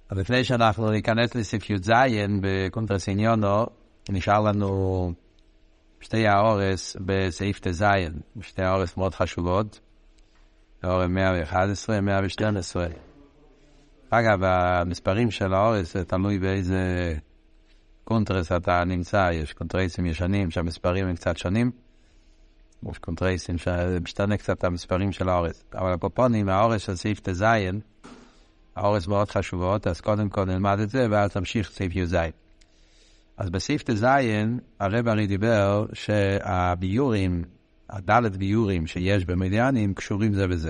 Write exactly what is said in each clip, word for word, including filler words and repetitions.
אבל לפני שאנחנו ניכנס לסעיף י"ז בקונטרס עניונו, נשאר לנו שתי האורס בסעיף תז, שתי האורס מאוד חשובות, האורס מאה ואחת עשרה, מאה ושתים עשרה. אגב, המספרים של האורס זה תלוי באיזה קונטרס אתה נמצא, יש קונטרסים ישנים שהמספרים הם קצת שונים, יש קונטרסים שמשתנה קצת המספרים של האורס, אבל הפופונים, האורס של סעיף תז, האורס מאוד חשובות, אז קודם כל נלמד את זה, ואז תמשיך סעיף י"ז. אז בסעיף תז, הרב הרי דיבר שהביורים, הדלת ביורים שיש במדיאנים, קשורים זה בזה.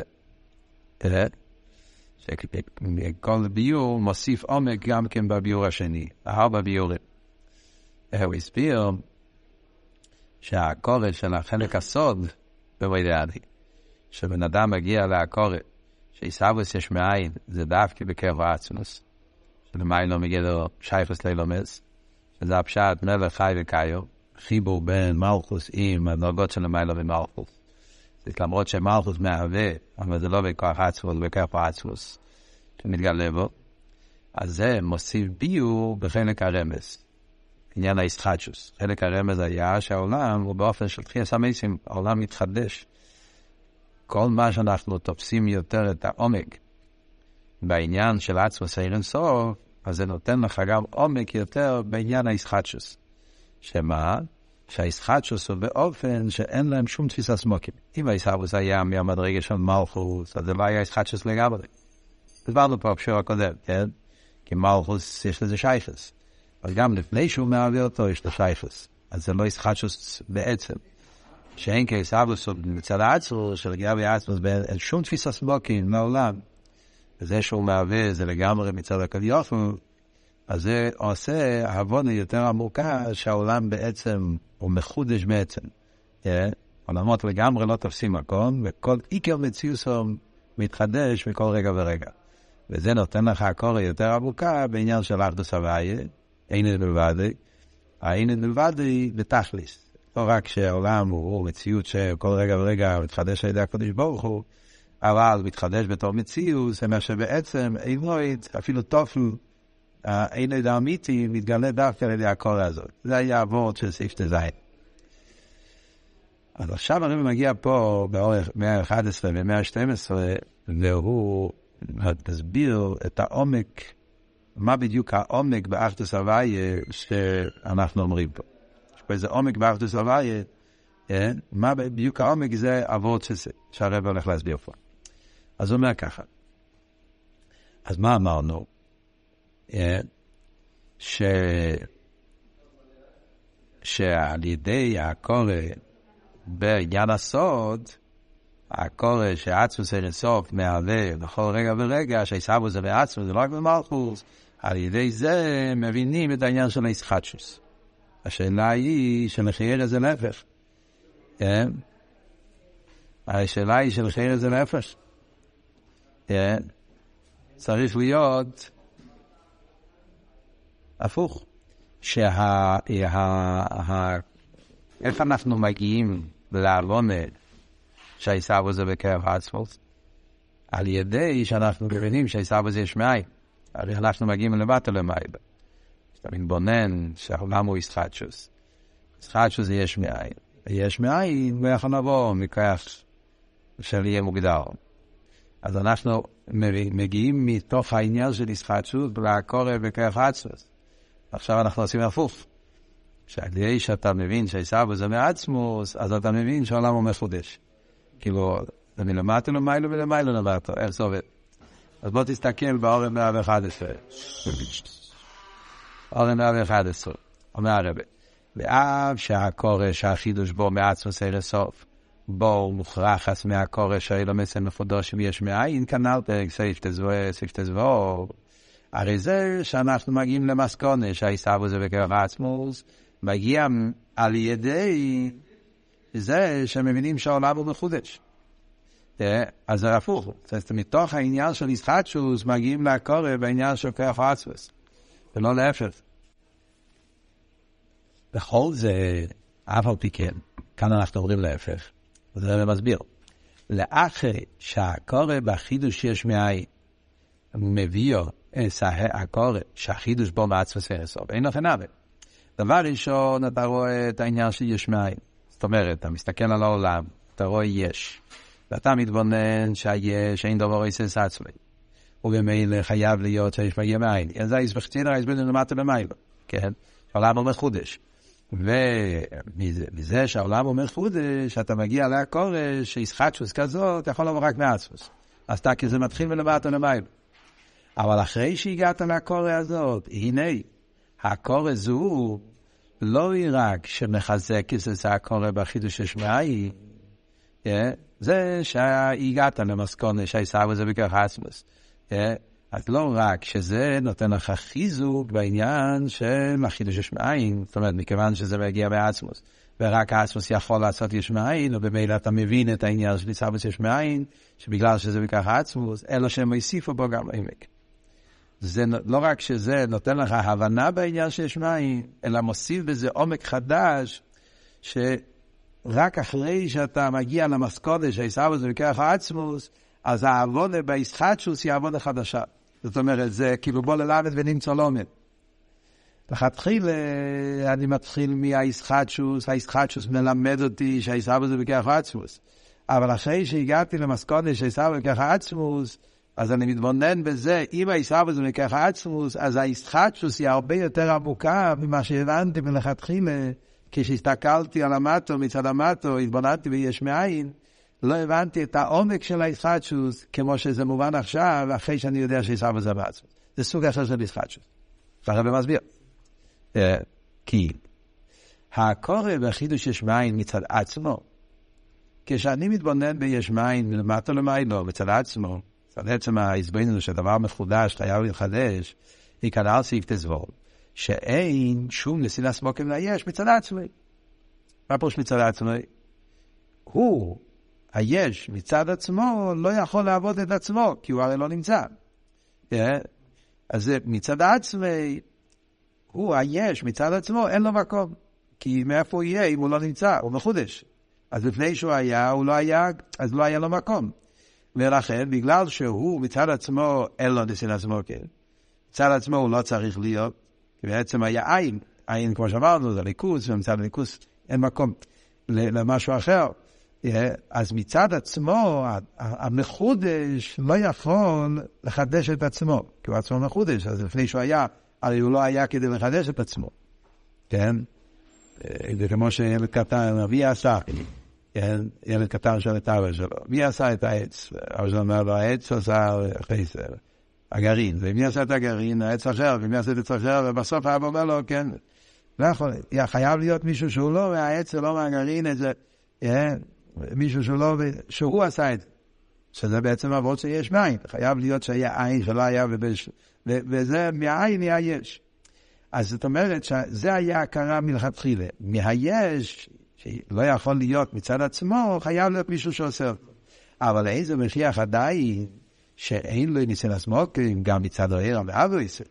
שכל ביור מוסיף עומק גם כן בביור השני, ארבע ביורים. הוא הסביר שהקורא של החלק הסוד במדיאני, שבן אדם מגיע להקורא, שאיסאבוס יש מאין, זה דווקא בקרב העצמוס, שלמי לא מגיע לו שייכוס לילומס, שזה הפשט מלך חי וקיו, חיבור בין מלכוס עם הדרגות של למי לא במלכוס. למרות שמלכוס מהווה, אבל זה לא בכוח עצמוס, זה בכרב העצמוס, שמתגלה בו. אז זה מוסיף ביור בחלק הרמז, עניין האסטחצ'וס. חלק הרמז היה שהעולם הוא באופן של תחייה סמייסים, העולם מתחדש. כל מה שאנחנו תופסים יותר את העומק בעניין של עצמוס העיר אינסוף, אז זה נותן לך גם עומק יותר בעניין האסחטשוס. שמה? שהאסחטשוס הוא באופן שאין להם שום תפיסה סמוקים. אם האסחטשוס היה מהמדרגה של מלכוס, אז זה לא היה אסחטשוס לגמרי. הסברנו פה בשיעור הקודם, כן? כי מלכוס יש לזה שייכוס. אבל גם לפני שהוא מעביר אותו יש לו שייכוס. אז זה לא אסחטשוס בעצם. שאין כאסחטשוס מצד העצמוס, שלגבי העצמוס אין שום תפיסה סמוקים מהעולם. וזה שהוא מהווה, זה לגמרי מצד הכביכול, אז זה עושה הבונה יותר עמוקה, שהעולם בעצם הוא מחודש בעצם. Yeah. עולמות לגמרי לא תופסים מקום, וכל עיקר מציאוס מתחדש מכל רגע ורגע. וזה נותן לך הקורא יותר עמוקה בעניין של אחדוס הוויה, אין נלבדי, האין נלבדי בתכליס. לא רק שהעולם הוא מציאות שכל רגע ורגע מתחדש על ידי הקדוש ברוך הוא, אבל מתחדש בתור מציאות, זה מה שבעצם אינויד, אפילו תופל, האינויד האמיתי, מתגלה דווקא על ידי הקורא הזאת. זה היה עבוד של סעיף תז. אז עכשיו הרב מגיע פה באורך מאה ואחת עשרה ו-מאה ושתים עשרה, והוא מסביר את העומק, מה בדיוק העומק באחדוס הוויה שאנחנו אומרים פה. יש פה איזה עומק באחדוס הוויה, מה בדיוק העומק זה עבוד שהרב הולך להסביר פה. אז הוא אומר ככה. אז מה אמרנו? ש... שעל ידי הקורא בעניין הסוד, הקורא שעצמוס אין סוף מהווה בכל רגע ורגע, שהאסחטשוס זה בעצמוס, זה לא רק במלכוס, על ידי זה מבינים את העניין של האסחטשוס. השאלה היא שלחייר זה להפך. כן? השאלה היא שלחייר זה להפך. כן? צריך להיות הפוך. שה... ה... איך אנחנו מגיעים לעלונה שהאסחטשוס זה בקרב העצמוס? על ידי שאנחנו מבינים שהאסחטשוס זה יש מאין. הרי אנחנו מגיעים לבטל למאין. שאתה מתבונן שהעולם הוא אסחטשוס. אסחטשוס זה יש מאין. יש מאין ואנחנו נבוא מכך של יהיה מוגדר. אז אנחנו מגיעים מתוך העניין של אסחטשוס לקורא בקרב העצמוס. עכשיו אנחנו עושים הפוך. שעל ידי שאתה מבין שהאסחטשוס זה מעצמוס, אז אתה מבין שהעולם הוא מחודש. כאילו, זה מלמטה למיילו ולמיילו למטה. איך זה עובד? אז בוא תסתכל באורן מאה ואחת עשרה. אורן מאה ואחת עשרה. אומר הרב. ואף שהקורא שהחידוש בו מעצמוס אל הסוף, בו הוא מוכרחס מהקורא שהאילומס מפודוש ויש מאין, כנ"ל פרק סעיף תזבו, סעיף תזבו. הרי זה שאנחנו מגיעים למסקונה שהאסחטשוס זה בקרב העצמוס, מגיע על ידי זה שמבינים שהעולם הוא מחודש. אז זה הפוך. זאת אומרת, מתוך העניין של אסחטשוס מגיעים לקורא בעניין של קרב העצמוס, ולא להפך. בכל זה, אף על פי כן, כאן אנחנו אומרים להפך, וזה מסביר. לאחר שהקורא בחידוש יש מאין, מביאו הקורא שהחידוש בו מעצמוס ואינסוף. אין לכם נאמן. דבר ראשון, אתה רואה את העניין של יש מאין. זאת אומרת, אתה מסתכל על העולם, אתה רואה יש. ואתה מתבונן שהיש, אין דבר איסס עצמי. ובמילא חייב להיות שיש מגיע מאין. אז זה יסבחצין, היסבחצין למטה במיילו. כן? העולם אומר חודש. ומזה שהעולם אומר חודש, אתה מגיע להקורש, שישחטשוס כזאת, יכול לבוא רק מעצמוס. אז אתה כזה מתחיל ולמטה למיילו. אבל אחרי שהגעת להקורש הזאת, הנה, הקורא זו לא היא רק שמחזק את הקורא בחידוש השמעי, זה שהגעת למסכונה שהישאב הזה בכך עצמוס. אז לא רק שזה נותן לך חיזוק בעניין של החידוש השמעי, זאת אומרת, מכיוון שזה מגיע בעצמוס, ורק העצמוס יכול לעשות ישמעי, ובמילא אתה מבין את העניין של ישאב ישמעי, שבגלל שזה בכך עצמוס, אלא שהם יוסיפו בו גם עמק. זה לא רק שזה נותן לך הבנה בעניין שיש מים, אלא מוסיף בזה עומק חדש, שרק אחרי שאתה מגיע למסקנה שהישאב הזה בכך העצמוס, אז העבודה בישחטשוס היא עבודה חדשה. זאת אומרת, זה כאילו בוא ללמד ונמצא לומד. לכתחילה, אני מתחיל מהישחטשוס, הישחטשוס מלמד אותי שהישאב הזה בכך העצמוס. אבל אחרי שהגעתי למסקנה שהישאב הזה בכך העצמוס, אז אני מתבונן בזה, אם הישאב הזה מכך העצמוס, אז הישחטשוס היא הרבה יותר עמוקה ממה שהבנתי מלכתחילה, כשהסתכלתי על המטו, מצד המטו, התבוננתי ויש מאין, לא הבנתי את העומק של הישחטשוס, כמו שזה מובן עכשיו, אחרי שאני יודע שהישאב הזה בעצמוס. זה סוג אחר של ישחטשוס. הרב מסביר. כי הקורא בחידוש יש מאין מצד עצמו, כשאני מתבונן ביש מאין מלמטו למיילו, מצד עצמו, אז עצם ההסברנו שדבר מחודש, חייב להתחדש, היא כנראה סעיף תזבור, שאין שום נסילס מוקם ליש מצד עצמי. מה פירוש מצד עצמי? הוא, היש מצד עצמו, לא יכול לעבוד את עצמו, כי הוא הרי לא נמצא. אז מצד עצמי, הוא, היש מצד עצמו, אין לו מקום. כי מאיפה הוא יהיה אם הוא לא נמצא? הוא מחודש. אז לפני שהוא היה, הוא לא היה, אז לא היה לו מקום. ולכן, בגלל שהוא מצד עצמו, אין לו נסילס מוקם, מצד עצמו הוא לא צריך להיות, כי בעצם היה עין, עין כמו שאמרנו, זה ליכוס, ומצד הליכוס אין מקום למשהו אחר. אז מצד עצמו, המחודש לא יכול לחדש את עצמו, כי הוא עצמו מחודש, אז לפני שהוא היה, הרי הוא לא היה כדי לחדש את עצמו. כן? זה כמו שילד קטן, מי עשה? ילד קטן של את אבא שלו. מי עשה את העץ? אבא שלו אומר לו, העץ עשה חסר. הגרעין. ומי עשה את הגרעין? העץ אחר. ומי עשה את העץ אחר? ובסוף האבא אומר לו, כן, לא יכול. חייב להיות מישהו שהוא לא מהעץ ולא מהגרעין, איזה, מישהו שהוא לא, שהוא עשה את זה. שזה בעצם עבוד שיש מים. חייב להיות שהיה עין שלא היה, וזה מהעין היה יש. אז זאת אומרת שזה היה הכרה מלכתחילה. מהיש, שלא יכול להיות מצד עצמו, חייב להיות מישהו שעושה אותו. אבל איזה מחיח עדיין, שאין לו נסילס מוקם, גם מצד העיר המאבו ישראל.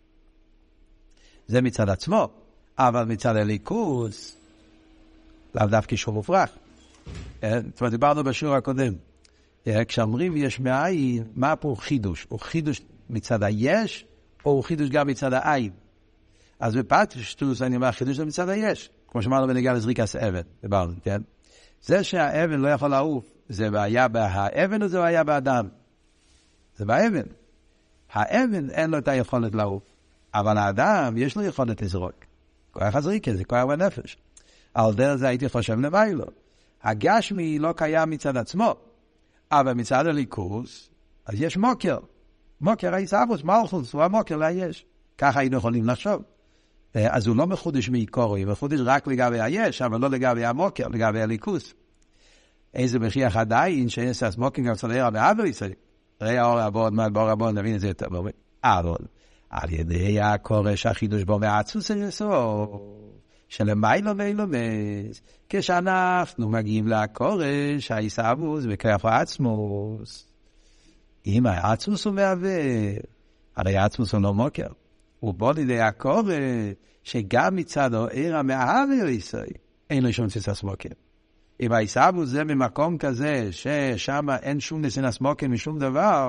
זה מצד עצמו, אבל מצד הליכוס, לאו דווקא שהוא מופרח. זאת אומרת, דיברנו בשיעור הקודם. כשאומרים יש מאין, מה פה חידוש? הוא חידוש מצד היש, או הוא חידוש גם מצד העין? אז בפשטוס אני אומר, חידוש זה מצד היש. כמו שאמרנו בנגיעה לזריקת אבן, דיברנו, כן? זה שהאבן לא יכול לעוף, זה בעיה באבן או זה בעיה באדם? זה באבן. האבן אין לו את היכולת לעוף, אבל האדם יש לו יכולת לזרוק. כוח הזריקה, זה כוח בנפש. על דרך זה הייתי חושב למיילו. הגשמי לא קיים מצד עצמו, אבל מצד הליכוס, אז יש מוקר. מוקר הישאבוס, מלכוס, הוא המוקר לה יש. ככה היינו יכולים לחשוב. אז הוא לא מחודש מעיקורו, הוא מחודש רק לגבי היש, אבל לא לגבי המוקר, לגבי הליכוס. איזה מחיח עדיין שיש הסמוקים גם צלעיר המאבו ישראל. ראי האור הבא, עוד מעט באור הבא, נבין את זה יותר. אבל על ידי הקורש החידוש בו מעצוס היסוד, שלמיילו ואילומס, כשאנחנו מגיעים לקורש הישאבוס וכיף העצמוס. אם העצמוס הוא מהווה, הרי העצמוס הוא לא מוקר. הוא בוא לידי הקורש, שגם מצד העיר המאהב ישראל, אין לו שום נסילס מוקם. אם הישאבוס זה ממקום כזה, ששם אין שום נסילס מוקם משום דבר,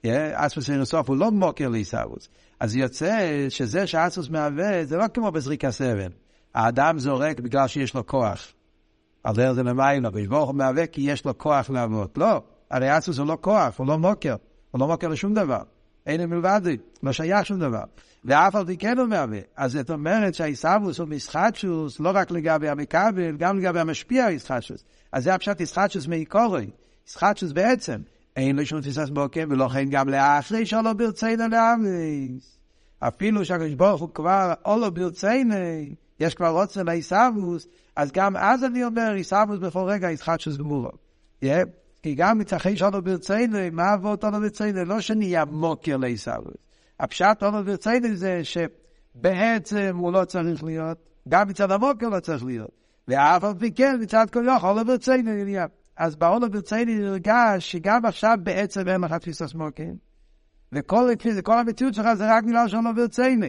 עצמוס אינסוף הוא לא מוקר לעיסאוויס. אז יוצא שזה שעצמוס מהווה, זה לא כמו בזריקה סבן. האדם זורק בגלל שיש לו כוח. על דרך זה למים, אבל ברוך הוא מהווה כי יש לו כוח לעבוד. לא, הרי עצמוס הוא לא כוח, הוא לא מוקר. הוא לא מוקר לשום דבר. אין מלבד, לא שייך שום דבר. ואף על פי כן הוא מהווה. אז זאת אומרת שהעיסאוויס הוא מסחטשוס, לא רק לגבי המקבל, גם לגבי המשפיע העיסחטשוס. אז זה הפשט עיסחטשוס מעיקורי. עיסחטשוס בעצם. אין לו שום תפיסת בוקר, ולכן גם לאחרי שלא ברצינו להאמיס. אפילו שהקדוש ברוך הוא כבר לא ברצינו, יש כבר רוצה לעיסאוויס, אז גם אז אני אומר, עיסאוויס בכל רגע עיסחטשוס גמורו. כי גם מצחי שלא ברצינו, מה עבוד לא ברצינו? לא שנהיה מוקר לעיסאוויס. הפשט לא ברצינו זה שבעצם הוא לא צריך להיות, גם מצד המוקר לא צריך להיות. ואף על פי כן, מצד כל יוכל לא ברצינו נהיה. אז בעולם ברצינו נרגש שגם עכשיו בעצם אין לך תפיסת מוקר. וכל כל המציאות שלך זה רק מילה שלא ברצינו.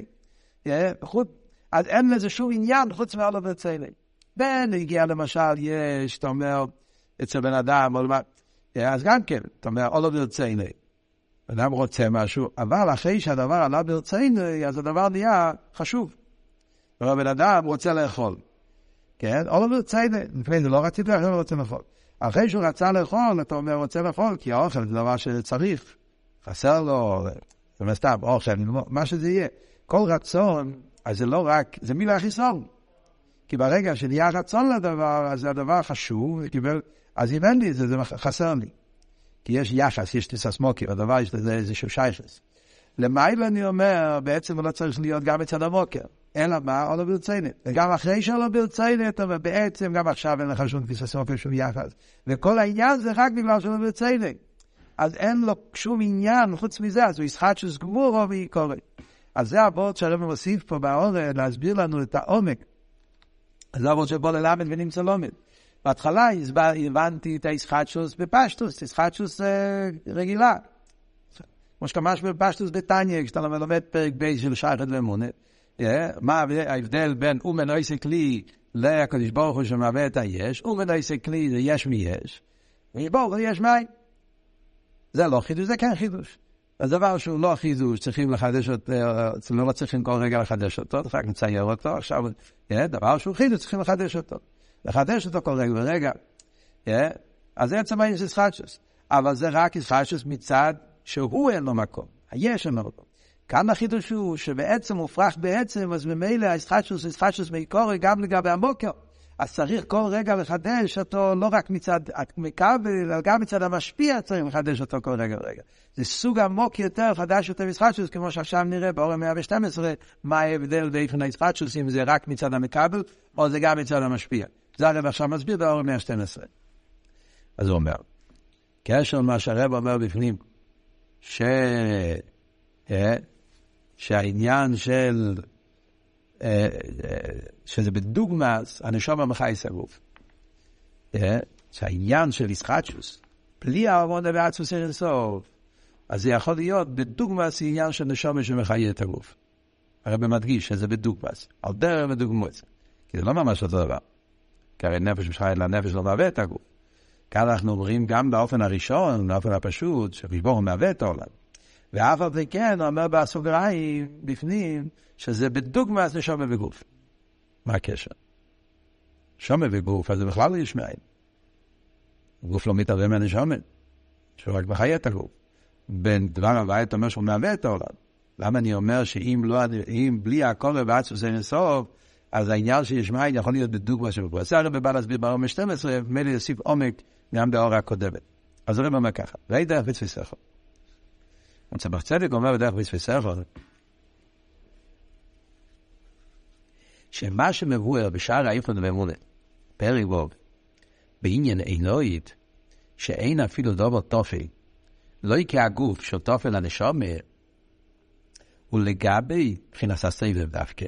אז אין לזה שום עניין חוץ מעולה ברצינו. בין הגיע למשל, יש, אתה אומר, אצל בן אדם, אז גם כן, אתה אומר, עולה ברצינו. אדם רוצה משהו, אבל אחרי שהדבר עלה ברצינו, אז הדבר נהיה חשוב. בן אדם רוצה לאכול. כן? עולה ברצינו. לפני זה לא רציתי, עכשיו רוצה לאכול. אחרי שהוא רצה לאכול, אתה אומר, רוצה לאכול, כי האוכל זה דבר שצריך. חסר לו, זה מסתם, אוכל, מה שזה יהיה. כל רצון, אז זה לא רק, זה מילה חיסון. כי ברגע שנהיה רצון לדבר, אז זה הדבר חשוב, אז אם אין לי את זה, זה חסר לי. כי יש יחס, יש תפיסת מוקר, הדבר יש לזה איזשהו שייכס. למעלה אני אומר, בעצם הוא לא צריך להיות גם מצד המוקר. אלא מה? או לא ברצינו. וגם אחרי שלא ברצינו, אתה אומר, בעצם גם עכשיו אין לך שום תפיסת מוקר, שום יחס. וכל העניין זה רק בגלל שלא ברצינו. אז אין לו שום עניין חוץ מזה, אז הוא ישחטשוס גמורו ויקורא. אז זה הבאות שהרב מוסיף פה באור, להסביר לנו את העומק. אז זה הבאות שבוא ללמד ונמצא לומד. בהתחלה הבנתי את הישחטשוס בפשטוס, ישחטשוס רגילה. כמו שכמש בפשטוס בטניה, כשאתה לומד פרק בייס של שייכת ואמונה. מה ההבדל בין אומן עושה כלי לקדוש ברוך הוא שמהווה את היש, אומן עושה כלי זה יש מי יש, וברוך הוא יש מים. זה לא חידוש, זה כן חידוש. אז דבר שהוא לא חידוש, צריכים לחדש אותו, לא צריכים כל רגע לחדש אותו, רק נצייר אותו, עכשיו, דבר שהוא חידוש, צריכים לחדש אותו. לחדש אותו כל רגע ורגע. אז זה עצם העניין של ישחטשוס. אבל זה רק ישחטשוס מצד שהוא אין לו מקום. היש אין לו מקום. כאן החידוש הוא שבעצם מופרח בעצם, אז ממילא הישחטשוס, ישחטשוס מעיקורי גם לגבי המוקר. אז צריך כל רגע לחדש אותו, לא רק מצד המקבל, אלא גם מצד המשפיע צריך לחדש אותו כל רגע ורגע. זה סוג עמוק יותר, חדש יותר ישחטשוס, כמו שעכשיו נראה באור מאה ושתים עשרה, מה ההבדל באופן הישחטשוס, אם זה רק מצד המקבל, או זה גם מצד המשפיע. זה הרב עכשיו מסביר באור מאה ושתים עשרה. אז הוא אומר, קשר מה שהרב אומר בפנים, ש... שהעניין של... שזה בדוגמס הנשמה מחייס הגוף. שהעניין של ישחטשוס, בלי העמונה ועצמוס אין סוף, אז זה יכול להיות בדוגמס עניין של נשמה שמחיה את הגוף. הרב מדגיש שזה בדוגמס, על דרך ודוגמוס. כי זה לא ממש אותו דבר. כי הרי נפש משחית לנפש לא מהווה את הגוף. כאן אנחנו אומרים גם באופן הראשון, באופן הפשוט, שריבור מהווה את העולם. ואף על פי כן, הוא אומר בסוגריים, בפנים, שזה בדוגמס נשמה וגוף. מה הקשר? נשמה וגוף, אז זה בכלל לא יש מאין. הגוף לא מתערב מהנשמה, שהוא רק מחיה את הגוף. בין דבר הבא, אתה אומר שהוא מהווה את העולם. למה אני אומר שאם לא, אם בלי הכל ועצמוס אין סוף, אז העניין שיש מאין יכול להיות בדוגמס של גוף. זה הרב בא להסביר באור מאה עשרים, מילא יוסיף עומק גם באור הקודמת. אז הרב אומר ככה, ראי דרך מצווה שכל. וצמח צדק אומר בדרך מצווה שכל, שמה שמבואר בשער האיפון ואמונה, פרק ווב, בעניין אלוהית, שאין אפילו דבר תופל, לא יקרה הגוף של תופל הנשמה, ולגבי מבחינת הסבב דווקא.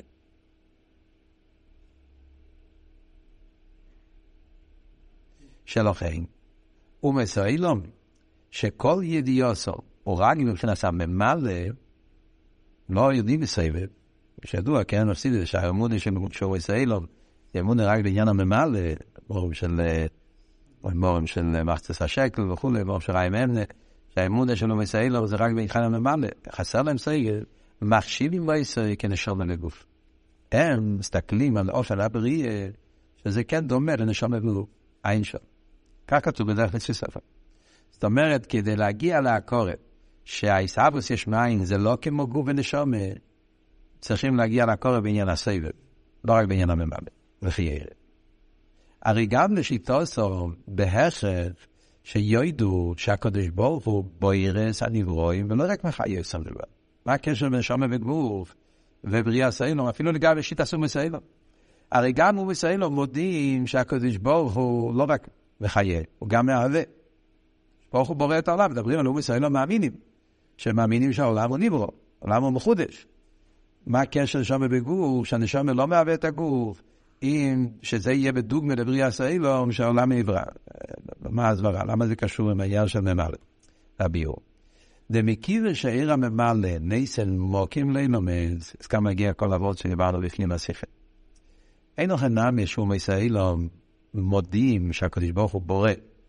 שלכן, ומסוילום, שכל ידיעוסו, או רק מבחינת הממלא, לא יודעים בסבב, שידוע, כן, מפסיד את זה, שהאמונה שהוא ישראלום, זה אמונה רק בעניין הממלא, מורים של, מורים של מחצס השקל וכו', מורים של רעים אמנה, שהאמונה שלו מסייל זה רק בהתחלה ממלא, חסר להם סייל, מחשיבים בישראל כנשמה לגוף. הם מסתכלים על אופן הבריאה, שזה כן דומה לנשמה לגוף, אין שם. כך כתוב בדרך לפי ספר. זאת אומרת, כדי להגיע לעקורת, שהאיסאבוס יש מאין, זה לא כמו גוף ונשמה, צריכים להגיע לעקורת בעניין הסבב, לא רק בעניין הממלא, לפי ירא. הרי גם לשיטו סור, בהכר, שיודעו שהקדוש ברוך הוא בוירס הנברואים, ולא רק מחייב שם דבר. מה הקשר בין נשמה וגוף, ובריאה סיילום, אפילו לגבי שיטה סור מסיילום. הרי גם הוא מסיילום מודיעים שהקדוש ברוך הוא לא רק מחייב, הוא גם מהווה. ברוך הוא בורא את העולם, מדברים על הוא מסיילום מאמינים, שמאמינים שהעולם הוא נברוא, העולם הוא מחודש. מה הקשר נשמה בגוף, שהנשמה לא מהווה את הגוף, אם שזה יהיה בדוגמה לבריאה סיילום, שהעולם נברא. מה הסברה? למה זה קשור עם העניין של ממלא? הביאור. דמכיוון שעיר הממלא ניסן מוקים לילומד, אז כאן מגיע כל עבוד שדיברנו בפנים השיחה. אין לכם נמי שהוא מסיילום מודיעים שהקדוש ברוך הוא בורא.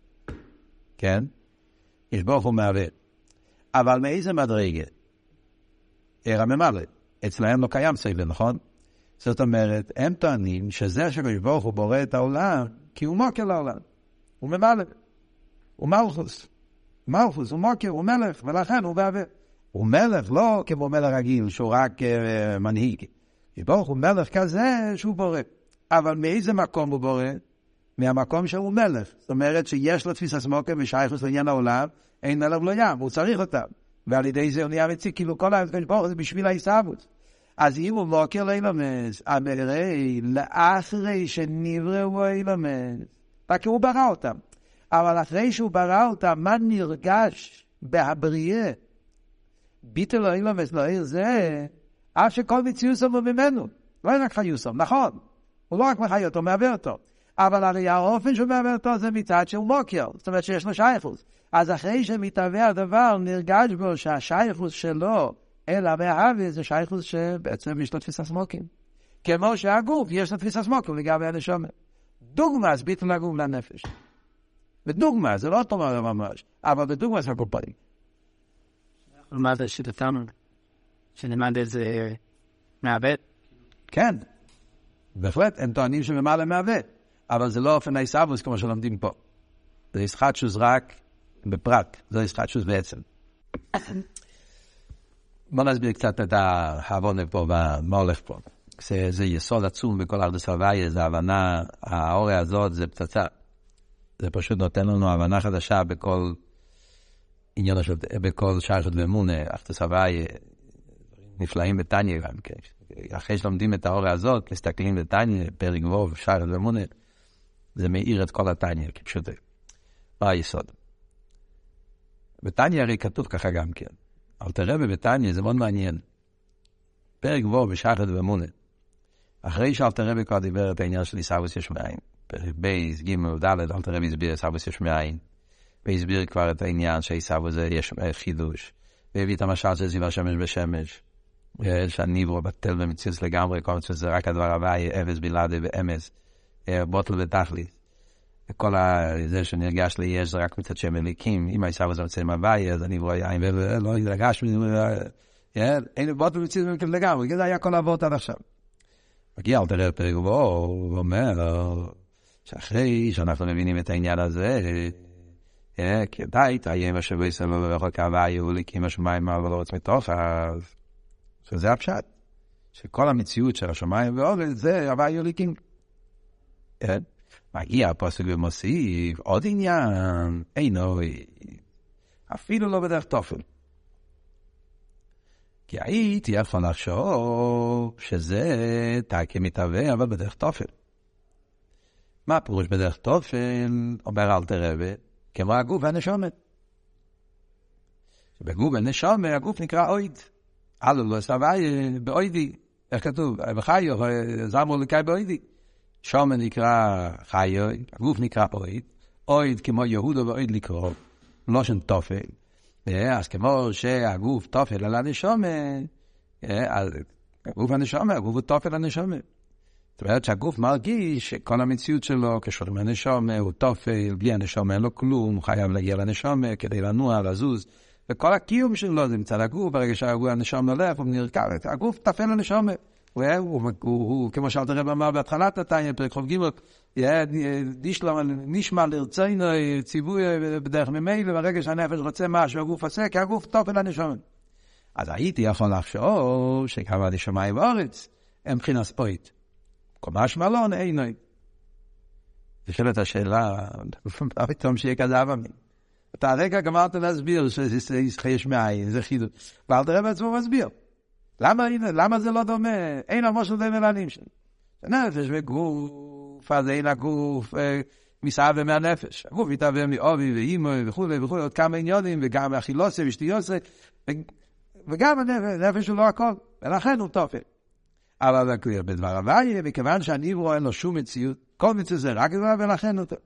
כן? יש ברוך הוא מהווה. אבל מאיזה מדרגה? עיר הממלא. אצלהם לא קיים סיילה, נכון? זאת אומרת, הם טוענים שזה שהקדוש ברוך הוא בורא את העולם, כי הוא מוקר לעולם. הוא ממלא. הוא מלכוס. מלכוס, הוא מוקר, הוא מלך, ולכן הוא בהווה. הוא מלך לא כמו מלך רגיל, שהוא רק uh, מנהיג. ברוך הוא מלך כזה שהוא בורא. אבל מאיזה מקום הוא בורא? מהמקום שהוא מלך. זאת אומרת שיש לו תפיסת מוקר ושייכות לעניין העולם, אין מלך לא ים, הוא צריך אותם. ועל ידי זה הוא נהיה מציג, כאילו כל הקדוש ברוך הוא זה בשביל ההישרדות. אז אם הוא מוקר לאילומס, אמרי לאחרי שנבראו אילומס, רק הוא ברא אותם. אבל אחרי שהוא ברא אותם, מה נרגש בהבריאה? ביטל אילומס לא עיר זה, אף שכל מציוסם הוא ממנו. לא רק חיוסם, נכון. הוא לא רק מחיה אותו, מעבר אותו. אבל הרי האופן שהוא מעבר אותו זה מצד שהוא מוקר. זאת אומרת שיש לו שייכות. אז אחרי שמתהווה הדבר, נרגש בו שהשייכות שלו, אלא מההווה זה שייכות שבעצם יש לו תפיסת מוקים. כמו שהגוף יש לו תפיסת מוקים לגבי הנשמה. דוגמה זה ביטל הגוף לנפש. ודוגמה, זה לא אותו ממש, אבל בדוגמה זה הכל פנים. מה זה שיטתם? שנלמד את זה מעוות? כן, בהחלט, הם טוענים שממלא מעוות, אבל זה לא אופן הישאבוס כמו שלומדים פה. זה ישחטשוס רק בפרט, זה ישחטשוס בעצם. בוא נסביר קצת את ההבונה פה, מה הולך פה. זה, זה יסוד עצום בכל ארדס הוויה, זה הבנה, האוריה הזאת זה פצצה. זה פשוט נותן לנו הבנה חדשה בכל עניין, בכל שייכות ואמונה, ארדס הוויה, נפלאים בתניה גם, אחרי שלומדים את האוריה הזאת, מסתכלים בתניה, פרק ווב, שייכות ואמונה, זה מאיר את כל התניה, כפשוט. מה היסוד? בתניה הרי כתוב ככה גם כן. אבל תראה בבתניה, זה מאוד מעניין. פרק ווב בשייכות ואמונה. אחרי שאלתר רבי כבר דיבר את העניין של עיסאוויס יש מאין. פרק בייס, גימל ודלת, אלתר רבי הסביר עיסאוויס יש מאין. והסביר כבר את העניין שעיסאוויס יש חידוש. והביא את המשל של זיו השמש בשמש. שהניברו בטל ומציץ לגמרי, כל שזה רק הדבר הבא, אפס בלעדי ואמס. בוטל ותכלית. כל זה שנרגש לי יש זה רק מצד שם מליקים. אם העיסאוויס רוצה עם הוואי, אז אני רואה יין ולא ירגש אין בוטל ומציץ לגמרי. זה היה כל העבוד עד עכשיו. מגיע אל תראה פרק הוא אומר שאחרי שאנחנו מבינים את העניין הזה, כדאי תהיה מה שבו יסלו ובכל כאווה יהוליקים השמיים אבל לא רוצים מתוך, אז שזה הפשט, שכל המציאות של השמיים ועוד זה הווה יהוליקים. מגיע הפוסק ומוסיף עוד עניין, אינו, אפילו לא בדרך תופל. כי הייתי יכול לחשוב שזה תקי מתהווה, אבל בדרך תופל. מה פירוש בדרך תופל? אומר אלתר רבי, כמו הגוף והנשמה. בגוף והנשמה, הגוף נקרא אויד. הלו לא סבי באוידי. איך כתוב? בחיו, זמרו לקי באוידי. שמה נקרא חיו, הגוף נקרא אויד. אויד כמו יהודו ואויד לקרוא. לא שם תופל. אז כמו שהגוף תופל על הנשמה, הגוף הנשמה, הגוף הוא תופל על הנשמה. זאת אומרת שהגוף מרגיש שכל המציאות שלו קשור עם הנשמה, הוא תופל, בלי הנשמה אין לו כלום, הוא חייב להגיע לנשמה כדי לנוע, לזוז, וכל הקיום שלו זה מצד הגוף, ברגע שהנשמה הולך, הוא נרכב, הגוף תפל לנשמה. הוא, הוא, הוא, הוא, כמו שאלת הרב אמר בהתחלת התניא, פרק חוב ג' נשמע לרצינו ציווי בדרך ממילא, ברגע שהנפש רוצה משהו, הגוף עושה, כי הגוף תופל לנשמה. אז הייתי יכול לחשוב שכמה לשמיים וארץ הם מבחינה ספורית. כל משמע לא, אין, אין. ושאלת השאלה, מה פתאום שיהיה כזה אבא? אתה הרגע גמרת להסביר שיש מאין, זה חידוש. ואל תראה בעצמו מסביר. למה, למה זה לא דומה? אין המשל דומה לנמשל. נפש וגוף, אז אין הגוף מסעבה מהנפש. הגוף מתעבר מאובי ואימו וכו' וכו', עוד כמה עניונים, וגם אכילוסה ושתיוסה, וגם הנפש הוא לא הכל, ולכן הוא תופל. אבל זה קורה בדבר הוויה, מכיוון שאני רואה אין לו שום מציאות, כל מציאות זה רק דבר, ולכן הוא תופל.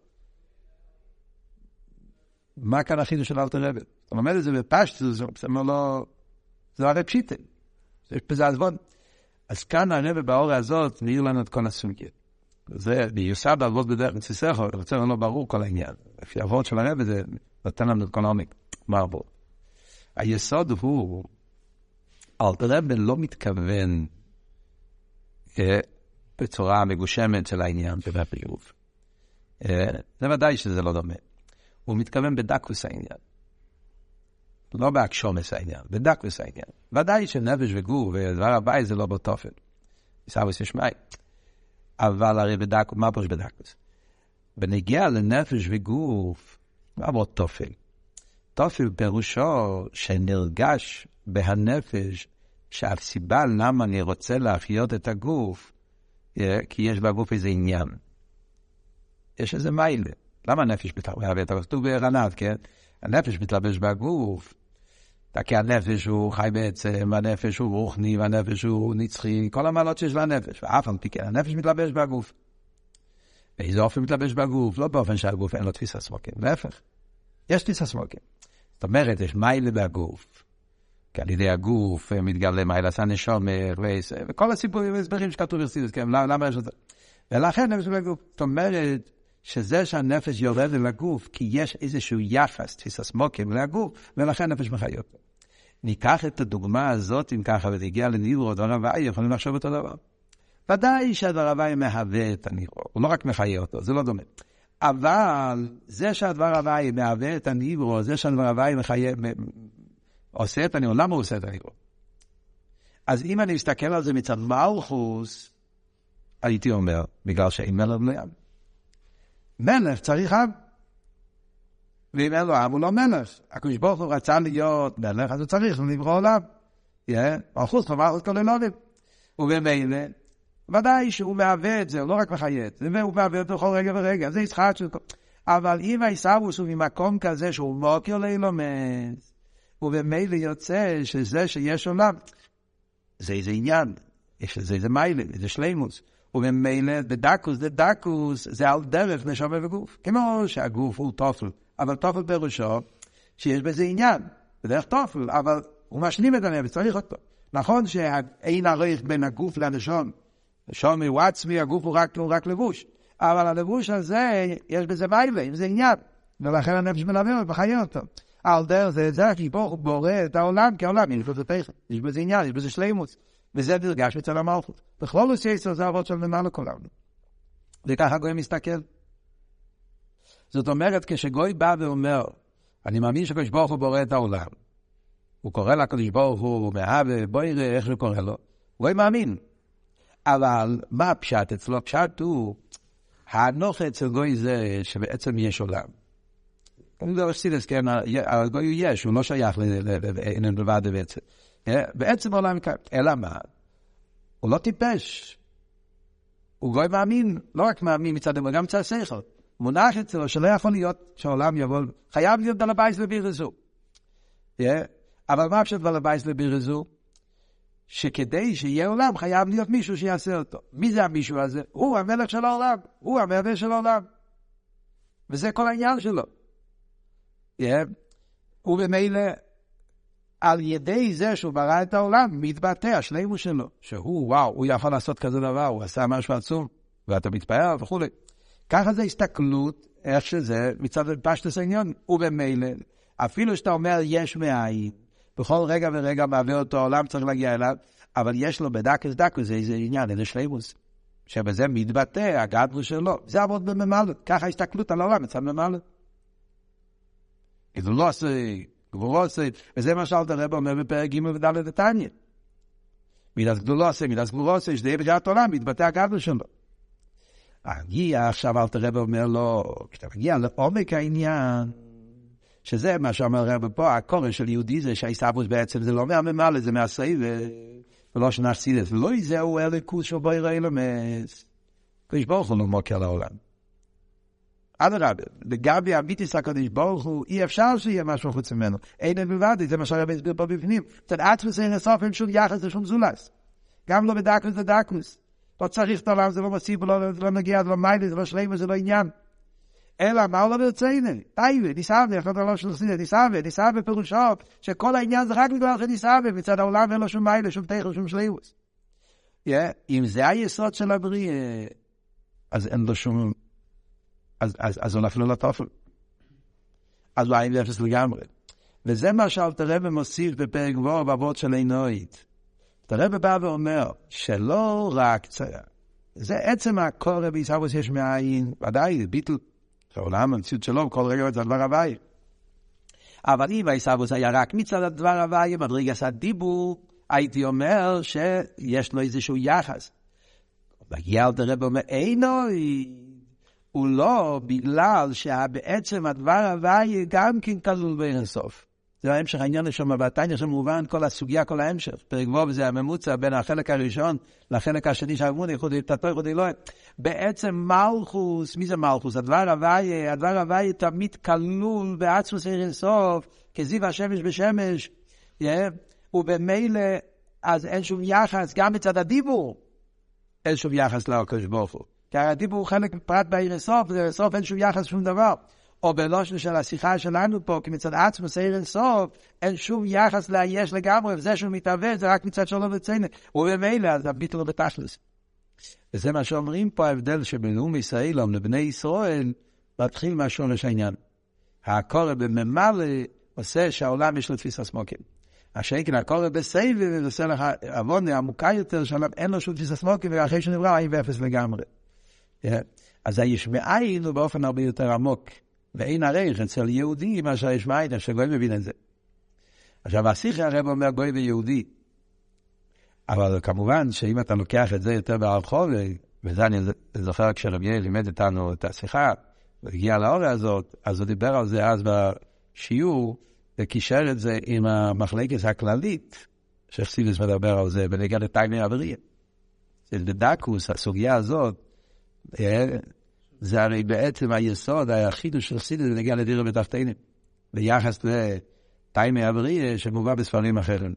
מה כאן החידוש של אלתר רבי? אתה לומד את זה בפשטות, זה אומר לו, זה הרי פשיטה. יש בזה עזבון. אז כאן הרבי באור הזאת, מעיר לנו את כל הסוגיה. זה ביוסד עבוד בדרך מציסך, אבל זה לא ברור כל העניין. לפי העבוד של הרבי, זה נותן לנו את כל העומק. מה עבור? היסוד הוא, אלתר רבי לא מתכוון בצורה מגושמת של העניין ובפירוף. זה ודאי שזה לא דומה. הוא מתכוון בדקוס העניין. לא בהקשומס העניין, בדקוס העניין. ודאי שנפש וגוף ודבר הבא זה לא בתופל. מסעבוס יש מים. אבל הרי בדקוס, מה פרוש בדקוס? בנגיע לנפש וגוף, מה בו תופל? תופל פירושו שנרגש בהנפש שהסיבה למה אני רוצה להחיות את הגוף, כי יש בגוף איזה עניין. יש איזה מיילה. למה הנפש מתלבש? אתה כתוב ברנת, כן? הנפש מתלבש בגוף. כי הנפש הוא חי בעצם, הנפש הוא רוחני, והנפש הוא נצחי, כל המעלות שיש לנפש. ואף על פי כן, הנפש מתלבש בגוף. ואיזה אופן מתלבש בגוף? לא באופן שהגוף אין לו תפיסה סמוקים. להפך. יש תפיסה סמוקים. זאת אומרת, יש מיילה בגוף. כי על ידי הגוף מתגלה מיילה סנשומר, וכל הסיפורים והסברים שכתוב ברסידות, כן? למה יש את זה? ולכן נפש בגוף. זאת אומרת, שזה שהנפש יורד לגוף, כי יש איזשהו יחס, תפיסה סמוקים לגוף, ולכן נפש מחיות. ניקח את הדוגמה הזאת, אם ככה, ותגיע לניברו, דבר הוואי, יכולים לחשוב אותו דבר. ודאי שהדבר הוואי מהווה את הניברו, הוא לא רק מחיה אותו, זה לא דומה. אבל זה שהדבר הוואי מהווה את הניברו, זה שהדבר הוואי מחיה, עושה את הניברו, למה הוא עושה את הניברו? אז אם אני מסתכל על זה מצד מלכוס, הייתי אומר, בגלל שאין מלך בנוים. מלך צריך עם. ואם אין לו עם, הוא לא מלך. הקדוש ברוך הוא רצה להיות מלך, אז הוא צריך לברוא עולם. מלכות חובה כל אלוהים. ובמילא, ודאי שהוא מהווה את זה, הוא לא רק מחיה את זה, והוא מהווה אותו כל רגע ורגע. זה יצחק של... אבל אם העיסאוויס הוא ממקום כזה שהוא מוקר לאילומס, ובמילא יוצא שזה שיש עולם, זה איזה עניין, זה איזה מיילה, זה שלימוס. ובמילא בדקוס, זה דקוס, זה על דרך נשמה וגוף. כמו שהגוף הוא תופל, אבל תופל פירושו שיש בזה עניין, בדרך תופל, אבל הוא משלים את הנפש, צריך אותו. נכון שאין ערך בין הגוף לנשום. נשום הוא עצמי, הגוף הוא רק, הוא רק לבוש. אבל הלבוש הזה, יש בזה מיילה, זה עניין. ולכן הנפש מלווה ובחיה אותו. על דרך זה, זה כי פה הוא בורא את העולם, כי העולם יש בזה פחד. יש בזה עניין, יש בזה שלימוס. וזה דרגש מצל המלכות. בכל עושה ישראל זה עבוד של למעלה כל העולם. וככה גוי מסתכל. זאת אומרת, כשגוי בא ואומר, אני מאמין שקדוש ברוך הוא בורא את העולם. הוא קורא לקדוש ברוך הוא, הוא מהווה, בוא יראה איך זה קורא לו. גוי מאמין. אבל מה הפשט אצלו? הפשט הוא, הנוח אצל גוי זה שבעצם יש עולם. אני לא אשתידס, כן, הגוי הוא יש, הוא לא שייך לעניין בלבד בעצם. בעצם העולם כאן, אלא מה? הוא לא טיפש. הוא גוי מאמין, לא רק מאמין מצד אמר, גם מצד שכל. מונח אצלו שלא יכול להיות שהעולם יבוא, חייב להיות בעל הבית לבירזו. אבל מה פשוט בעל הבית לבירזו? שכדי שיהיה עולם חייב להיות מישהו שיעשה אותו. מי זה המישהו הזה? הוא המלך של העולם, הוא המלך של העולם. וזה כל העניין שלו. ובמילא, על ידי זה שהוא ברא את העולם, מתבטא השלימות שלו. שהוא, וואו, הוא יכול לעשות כזה דבר, הוא עשה משהו עצום, ואתה מתפאר וכו'. ככה זה הסתכלות, איך שזה, מצד פשטוס העניין, ובמילא, אפילו שאתה אומר יש מאין, בכל רגע ורגע מעביר אותו העולם, צריך להגיע אליו, אבל יש לו בדקס דקוס, זה איזה עניין, איזה שלימות. שבזה מתבטא הגדלות שלו. זה עבוד בממלא, ככה הסתכלות על העולם, מצד ממלא. גדולוסי, גבורוסי, וזה מה שאלת הרב אומר בפרק ג' וד' דתניא. מידס גדולוסי, מידס גבורוסי, שזה בגלל העולם, מתבטא הגדלות שלו. הגיע, עכשיו אלת הרב אומר לו, כשאתה מגיע לעומק העניין, שזה מה שאומר הרב פה, הקורא של יהודי זה שהאיסאבוס בעצם זה לא מהממלא, זה מהסעיב, ולא שנשסידת, ולא זהו אליקוס של בורא אלמס. קדוש ברוך הוא לא מוקר לעולם. אדרבה, לגבי אמיתיס הקדוש ברוך הוא, אי אפשר שיהיה משהו חוץ ממנו. אין לבד, זה מה שהרב הסביר פה בפנים. מצד עצמוס אין לסוף, אין שום יחס לשום זולס. גם לא בדקוס זה דקוס. לא צריך את העולם, זה לא מסיב, לא נגיע, זה לא מיילה, זה לא שלמה, זה לא עניין. אלא מה הוא לא ברציינה? טייבה, ניסאווה, אחת הלא של סידה, ניסאווה, ניסאווה פירושו, שכל העניין זה רק בגלל ניסאווה, מצד העולם אין לו שום מיילה, שום תכל, שום שלימוס. אם זה היסוד של הבריאה, אז אין לו שום, אז הוא נפלו לטופל. אז הוא אין אפס לגמרי. וזה מה שאלת הרב מוסיף בפרק ו' באבות של עינוית. הרב בא ואומר, שלא רק, זה עצם הקורא בעיסאוויס יש מאין, ודאי, ביטל, העולם, המציאות שלו, כל רגע זה הדבר הוואי. אבל אם העיסאוויס היה רק מצד הדבר הוואי, מדרגה עשה דיבור, הייתי אומר שיש לו איזשהו יחס. מגיע אל הרב ואומר, אינוי, הוא לא בגלל שבעצם הדבר הוואי גם כן כלול בין הסוף. זה ההמשך העניין שם, והתניא שם מובן כל הסוגיה, כל ההמשך. פרק ו' זה הממוצע בין החלק הראשון לחלק השני שהאמון, ייחוד תתו, ייחוד אלוהים. בעצם מלכוס, מי זה מלכוס? הדבר הוואי, הדבר הוואי תמיד כלול בעצמוס אין סוף, כזיו השמש בשמש, ובמילא, אז אין שום יחס, גם מצד הדיבור, אין שום יחס לקדוש ברוך הוא. כי הדיבור הוא חלק פרט באין סוף, בסוף אין שום יחס, שום דבר. או בלושן של השיחה שלנו פה, כי מצד עצמוס אין סוף, אין שום יחס ליש לגמרי, וזה שהוא מתאבד, זה רק מצד שלו וציינה. ובמילא, אז הביטל לו בתכלס. וזה מה שאומרים פה, ההבדל שבנאום ישראל, לבני ישראל, מתחיל מהשורש העניין. הקורא בממלא, עושה שהעולם יש לו תפיסה סמוקים. השקל הקורא בסבב, עושה לך עוונה עמוקה יותר, שהעולם אין לו שום תפיסה סמוקים, ואחרי שנברא, אין ואפס לגמרי. אז היש מאין הוא באופן הרבה יותר עמוק. ואין ערך אצל יהודי מה שיש מאין, שגוי מבין את זה. עכשיו, השיחה הרב אומר גוי ויהודי. אבל כמובן שאם אתה לוקח את זה יותר בהרחוב, וזה אני זוכר כשרב יאיר לימד איתנו את השיחה, והגיע לאור הזאת, אז הוא דיבר על זה אז בשיעור, וקישר את זה עם המחלקת הכללית, שחסידס מדבר על זה, בנגע לתיימי הבריא. זה בדקוס, הסוגיה הזאת, זה הרי בעצם היסוד, החידוש של חסידות, זה נגיע לדירה בתחתינים, ביחס לתיימי הבריא שמובא בספרים אחרים.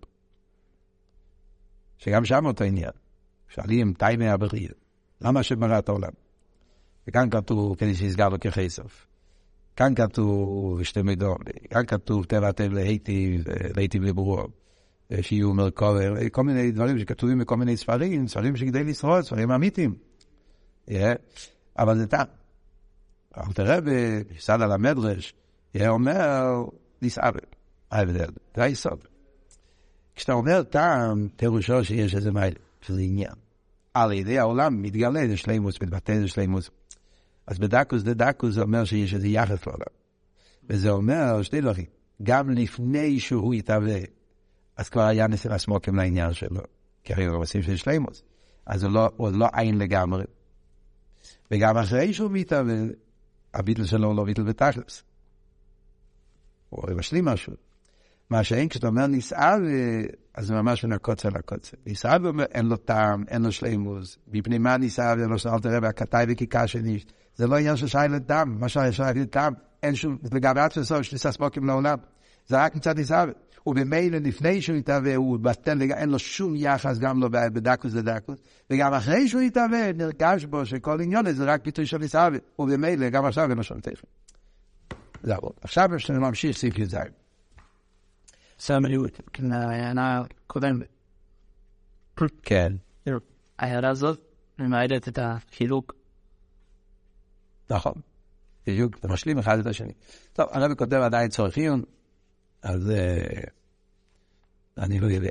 שגם שם אותו עניין. שואלים תיימי הבריא, למה שברא את העולם? וכאן כתוב, כדי שיסגר לו כחסף. כאן כתוב שתי מידות, כאן כתוב טבע טבע להיטיב, להיטיב לברורו, שיהיו מרכובר, כל מיני דברים שכתובים בכל מיני ספרים, ספרים שכדי לשרוד, ספרים אמיתיים. אבל זה טעם. אבל תראה בסד על המדרש, אומר, נסעבר, ההבדל, זה היסוד. כשאתה אומר טעם, תרושו שיש איזה מייל, שזה עניין. על ידי העולם מתגלה, זה שלימוס, מתבטא זה שלימוס. אז בדקוס זה דקוס, זה אומר שיש איזה יחס לעולם. וזה אומר שתי דברים, גם לפני שהוא יתהווה, אז כבר היה נסר הסמוקים לעניין שלו, כי הרי הוא עושים של שלימוס. אז הוא לא, הוא לא עין לגמרי. וגם אחרי שהוא מתהווה, הביטל שלו הוא לא ביטל בתכלס. הוא הרי משלים משהו. מה שאין, כשאתה אומר נישאה, אז זה ממש בין הקוצה לקוצה. נישאה אומר, אין לו טעם, אין לו שלימוס. בפני מה נישאה, ולא שאל תראה, והכתאי וכיכה שניש. זה לא עניין ששאי לדם, מה ששאי לדם. אין שום, לגבי עצמי סוף, שניסה סמוקים לעולם. זה רק מצד נישאה. ובמילא לפני שהוא יתהווה, הוא בטל, אין לו שום יחס, גם לא בדקוס לדקוס. וגם אחרי שהוא יתהווה, נרגש בו שכל עניון זה רק ביטוי של נישאה. ובמילא, גם עכשיו אין לו שום תכף. זהו. עכשיו יש לנו ממשיך סעיף י"ז. סמליות, כנענה קודמת. כן. ההערה הזאת ממעדת את החילוק. נכון. בדיוק, אתה משלים אחד את השני. טוב, הרב כותב עדיין צורך עיון, אז אני לא יודע.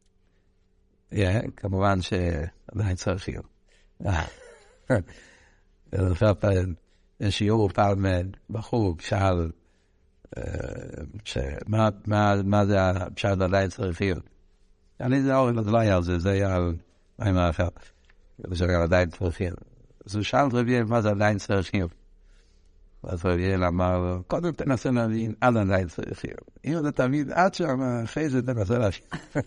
כמובן שעדיין צורך עיון. שיעור פעם בחור שאל מה זה הפשט עדיין צריך להיות. אני זה לא היה על זה, זה היה על מה אחר. זה עדיין צריך להיות. אז הוא שאל רבי מה זה עדיין צריך להיות. אז רבי אמר, קודם תנסה להבין, עד עדיין צריך להיות. אם זה תמיד עד שם, אחרי זה תנסה להבין.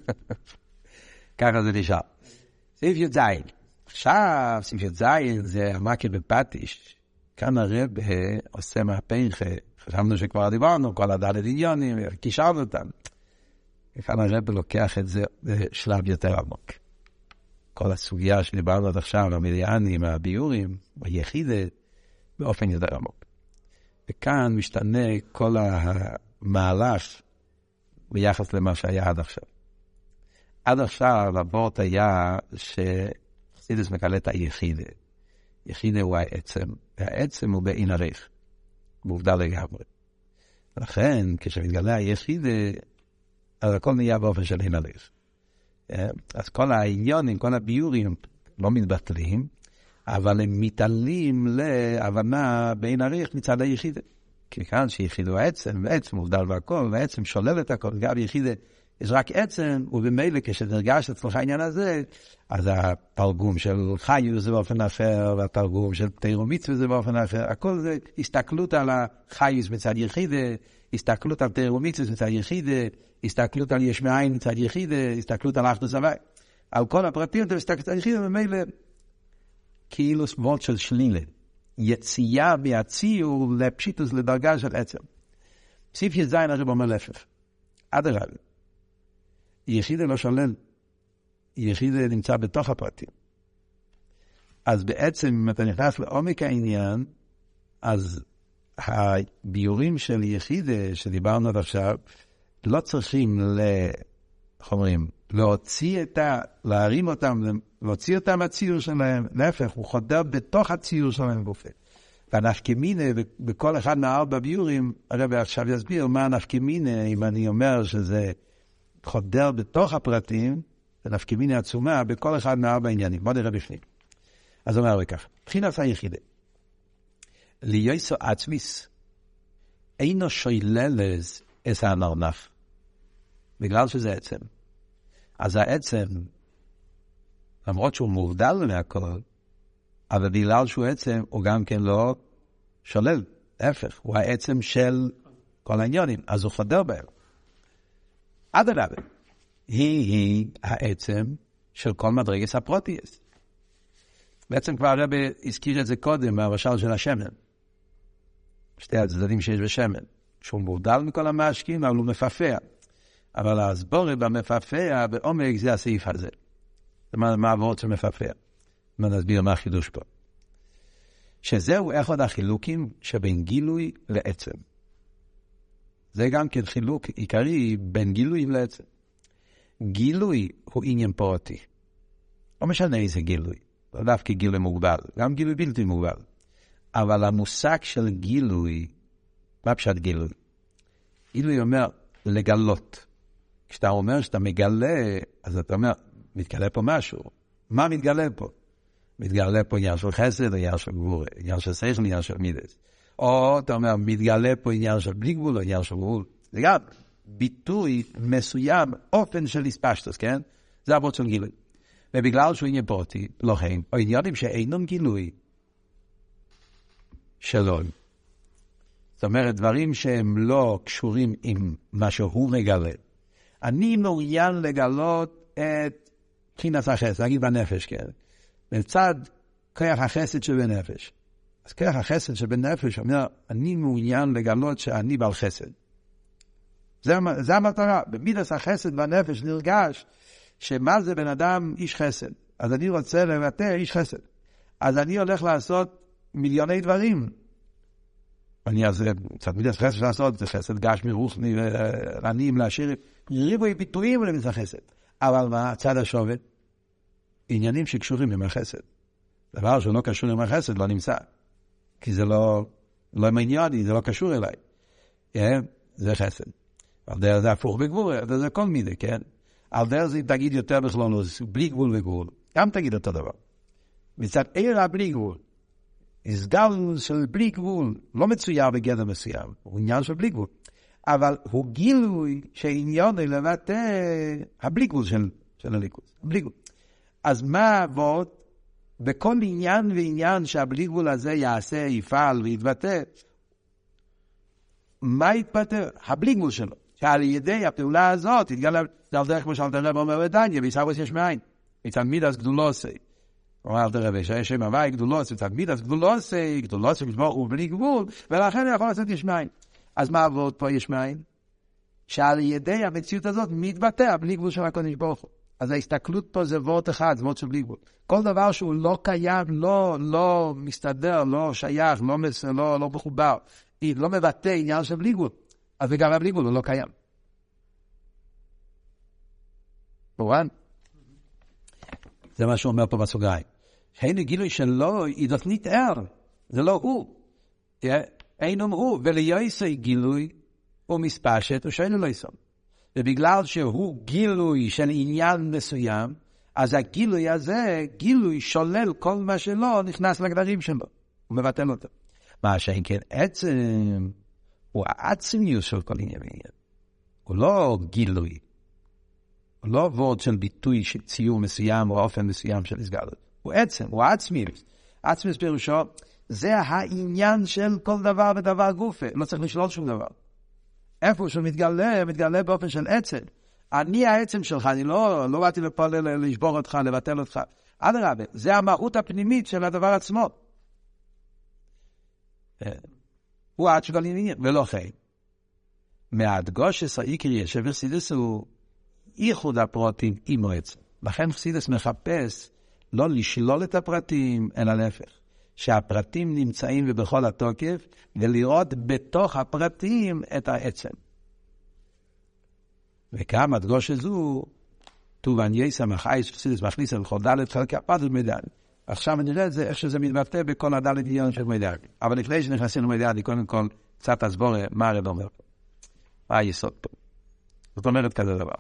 ככה זה נשאר. סעיף י' זין. עכשיו, סעיף י' זין זה המקל בפטיש. כאן הרב עושה מהפך, חשבנו שכבר דיברנו, כל הדלת עניונים, קישרנו אותם. כאן הרב לוקח את זה בשלב יותר עמוק. כל הסוגיה שדיברנו עד עכשיו, המדיאנים, הביורים, היחידה, באופן יותר עמוק. וכאן משתנה כל המהלך ביחס למה שהיה עד עכשיו. עד עכשיו, הבורט היה שחסידס מקלה את היחידה. יחידה הוא העצם, והעצם הוא בעין ערך, בעובדה לגמרי. ולכן, כשמתגלה היחידה, אז הכל נהיה באופן של עין ערך. אז כל העניונים, כל הביורים, לא מתבטלים, אבל הם מתעלים להבנה בעין ערך מצד היחידה. כי כאן שיחידה הוא העצם, ועצם מובדל והכל, והעצם שולל את הכל, גם יחידה יש רק עצם, ובמילא כשנרגש אצלך העניין הזה, אז התרגום של חיוס זה באופן אחר, והתרגום של תורה ומצווה זה באופן אחר. הכל זה הסתכלות על החיוס מצד יחידה, הסתכלות על תורה ומצווה מצד יחידה, הסתכלות על יש מאין מצד יחידה, הסתכלות על אחדות הווי. על כל הפרטים אתה מסתכלות על יחידה, במילא כאילו סבוד של שלילה. יציאה מהציור לפשיטוס לדרגה של עצם. סעיף י' זין הרב אומר להפך. אדרבה. יחידה לא שולל. יחידה נמצא בתוך הפרטים. אז בעצם אם אתה נכנס לעומק העניין, אז הביורים של יחידה שדיברנו עד עכשיו, לא צריכים ל... איך אומרים? להוציא את ה... להרים אותם, להוציא אותם מהציור שלהם. להפך, הוא חודר בתוך הציור שלהם גופה. והנפקמינה, בכל אחד מהארבע ביורים, הרב עכשיו יסביר מה הנפקמינה, אם אני אומר שזה חודר בתוך הפרטים, זה נפקמינה עצומה, בכל אחד מהארבע עניינים. בוא נראה בפנים. אז אומר הרבה כך, בחינת היחידה. ליוסו עצמיס, אינו שוללז אס הנרנף. בגלל שזה עצם. אז העצם, למרות שהוא מובדל מהכל, אבל בגלל שהוא עצם, הוא גם כן לא שולל. להפך, הוא העצם של כל העניונים, אז הוא חודר בהם. עד הרבה, היא היא העצם של כל מדרגת הפרוטיאס. בעצם כבר הרב הזכיר את זה קודם, מהמשל של השמן. שתי הצדדים שיש בשמן. שהוא מובדל מכל המשקים, אבל הוא מפפע. אבל הסבורה במפפע, בעומק זה הסעיף הזה. זה מה העברות של מפפע. מה נסביר מה החידוש פה. שזהו אחד החילוקים שבין גילוי לעצם. זה גם כן חילוק עיקרי בין גילוי לעצם. גילוי הוא עניין פרוטי. לא משנה איזה גילוי. לא דווקא גילוי מוגבל. גם גילוי בלתי מוגבל. אבל המושג של גילוי, מה פשט גילוי? גילוי אומר לגלות. כשאתה אומר שאתה מגלה, אז אתה אומר, מתגלה פה משהו. מה מתגלה פה? מתגלה פה עניין של חסד, עניין של גבורה, עניין של שכל, עניין של מידס. או אתה אומר, מתגלה פה עניין של בלי גבול, עניין של גבול. זה גם ביטוי מסוים, אופן של הספשטוס, כן? זה עבוד של גילוי. ובגלל שהוא עניין פרוטי, לא כן, או עניינים שאינם גילוי שלו. זאת אומרת, דברים שהם לא קשורים עם מה שהוא מגלה. אני מעוניין לגלות את בחינת החסד, נגיד בנפש, כן? מצד כוח החסד שבנפש. אז כוח החסד שבנפש אומר, אני מעוניין לגלות שאני בעל חסד. זה, זה המטרה. במידת החסד בנפש נרגש שמה זה בן אדם איש חסד. אז אני רוצה לבטא איש חסד. אז אני הולך לעשות מיליוני דברים אני אז, קצת מידס חסד לעשות, זה חסד גשמי, רוחני, רעניים, לעשירים, ריבוי ביטויים למידס החסד. אבל מה, הצד השווה, עניינים שקשורים עם החסד. דבר שהוא לא קשור עם החסד, לא נמצא. כי זה לא, לא מענייני, זה לא קשור אליי. כן? זה חסד. על דרך זה הפוך בגבול, זה כל מידי, כן? על דרך זה תגיד יותר בכלולוס, בלי גבול וגבול. גם תגיד אותו דבר. מצד עירה בלי גבול. הסגלוס של בלי גבול, לא מצויר בגדר מסוים, הוא עניין של בלי גבול. אבל הוא גילוי שעניין לבטא הבלי גבול של, של הליכוז. בלי גבול. אז מה עבוד? בכל עניין ועניין שהבלי גבול הזה יעשה, יפעל ויתבטא, מה יתבטא? הבלי גבול שלו. שעל ידי הפעולה הזאת, התגלה, זה על דרך כמו שאל תראה באומר ודניה, בישאבוס יש מאין. מצד מידס גדולוסי. הוא אומר אל תראה, שיש שם הוואי גדולוסי, מצד מידס גדולוסי, גדולוסי משמור הוא בלי גבול, ולכן הוא יכול לעשות יש מאין. אז מה עבוד פה יש מאין? שעל ידי המציאות הזאת מתבטא הבלי גבול של הקודש ברוך הוא. אז ההסתכלות פה זה וורט אחד, זה וורט של בלי גבול. כל דבר שהוא לא קיים, לא, לא מסתדר, לא שייך, לא, מס, לא, לא מחובר, לא מבטא עניין של בלי גבול. אז גם הבלי גבול הוא לא קיים. מובן? זה מה שהוא אומר פה בסוגריים. שהיינו גילוי שלא, ידות נתאר. זה לא הוא. אינו הוא. וליועסי גילוי הוא מספשת, הוא שאינו לא יסום. ובגלל שהוא גילוי של עניין מסוים, אז הגילוי הזה, גילוי שולל כל מה שלא נכנס לגדרים שלו. הוא מבטל אותו. מה שאין כן עצם, הוא העצמיות של כל עניין ועניין. הוא לא גילוי. הוא לא עבוד של ביטוי של ציור מסוים או אופן מסוים של הסגלות. הוא עצם, הוא עצמיות. עצמיות פירושו, זה העניין של כל דבר ודבר גופה. לא צריך לשלול שום דבר. איפה שהוא מתגלה, מתגלה באופן של עצם. אני העצם שלך, אני לא, לא באתי לפה לשבור אותך, לבטל אותך. אדרבה, זה המהות הפנימית של הדבר עצמו. הוא עד שגל עניין, ולא חי. מהדגושס העיקרי של חסידות הוא ייחוד הפרטים עם עצם. לכן חסידות מחפש לא לשלול את הפרטים, אלא להפך. שהפרטים נמצאים ובכל התוקף, ולראות בתוך הפרטים את העצם. וכמה הדגוש הזו, טובן יסם החייס חסידות מכניס על כל דלת חלקי הפרטים מדל. עכשיו נראה את זה, איך שזה מתבטא בכל הדלת עניין של מידע. אבל לפני שנכנסים למידע, אני קודם כל קצת אסבור מה הרד אומר פה. מה היסוד פה? זאת אומרת כזה דבר.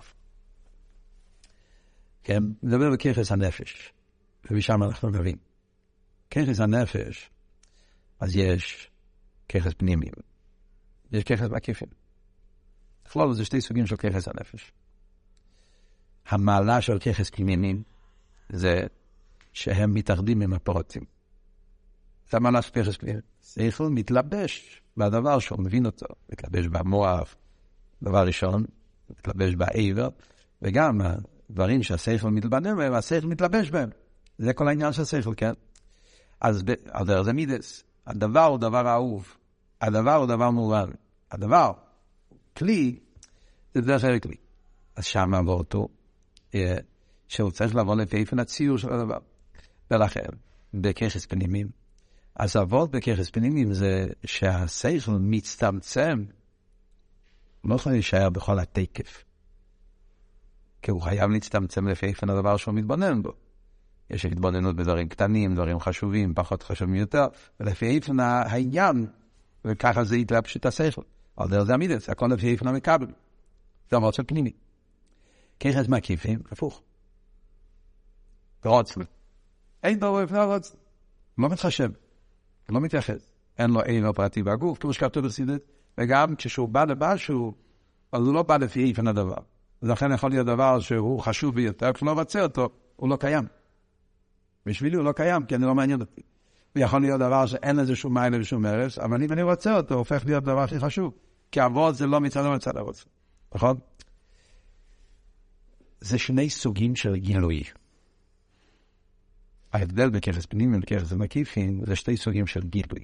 כן, מדבר בכיחס הנפש. ובשם אנחנו נבין. כיחס הנפש, אז יש כיחס פנימיים. יש כיחס מקיפים. בכלל זה שתי סוגים של כיחס הנפש. המעלה של כיחס פנימיים זה שהם מתאחדים עם הפרטים. זה המעלה של כיחס פנימיים. שכל מתלבש בדבר שהוא מבין אותו. מתלבש במוח, דבר ראשון, מתלבש בעבר, וגם הדברים שהשכל מתבנה בהם, השכל מתלבש בהם. זה כל העניין של השכל, כן? אז על דרך זה מידס. הדבר הוא דבר אהוב. הדבר הוא דבר מובן. הדבר, כלי, זה דרך אל כלי. אז שם עבור אותו, שהוא צריך לבוא לפי איפן הציור של הדבר. ולכן, בכיחס פנימיים, אז עבוד בכיחס פנימיים זה שהשכל מצטמצם, לא יכול להישאר בכל התקף. כי הוא חייב להצטמצם לפי איפן הדבר שהוא מתבונן בו. יש התבוננות בדברים קטנים, דברים חשובים, פחות חשובים יותר, ולפי איפן העניין, וככה זה יתלבש את השכל. על דרך זה המידס, הכל לפי איפן המקבל. זה עבוד של פנימי. כיחס מקיפים, הפוך. רוצן. אין דבר לפני הרוצן. לא מתחשב. לא מתייחס. אין לו אין פרטי בגוף, כמו שכתוב בחסידות, וגם כשהוא בא למשהו, אז הוא לא בא לפי איפן הדבר. ולכן יכול להיות דבר שהוא חשוב ביותר, כשלא רוצה אותו, הוא לא קיים. בשבילי הוא לא קיים, כי אני לא מעניין אותי. ויכול להיות דבר שאין לזה שום מעלה ושום ערך, אבל אם אני רוצה אותו, הוא הופך להיות דבר הכי חשוב. כי עבוד זה לא מצד המצד הרוצן. נכון? זה שני סוגים של גילוי. ההבדל בכיחס פנימי ובכיחס מקיפים, זה שתי סוגים של גילוי.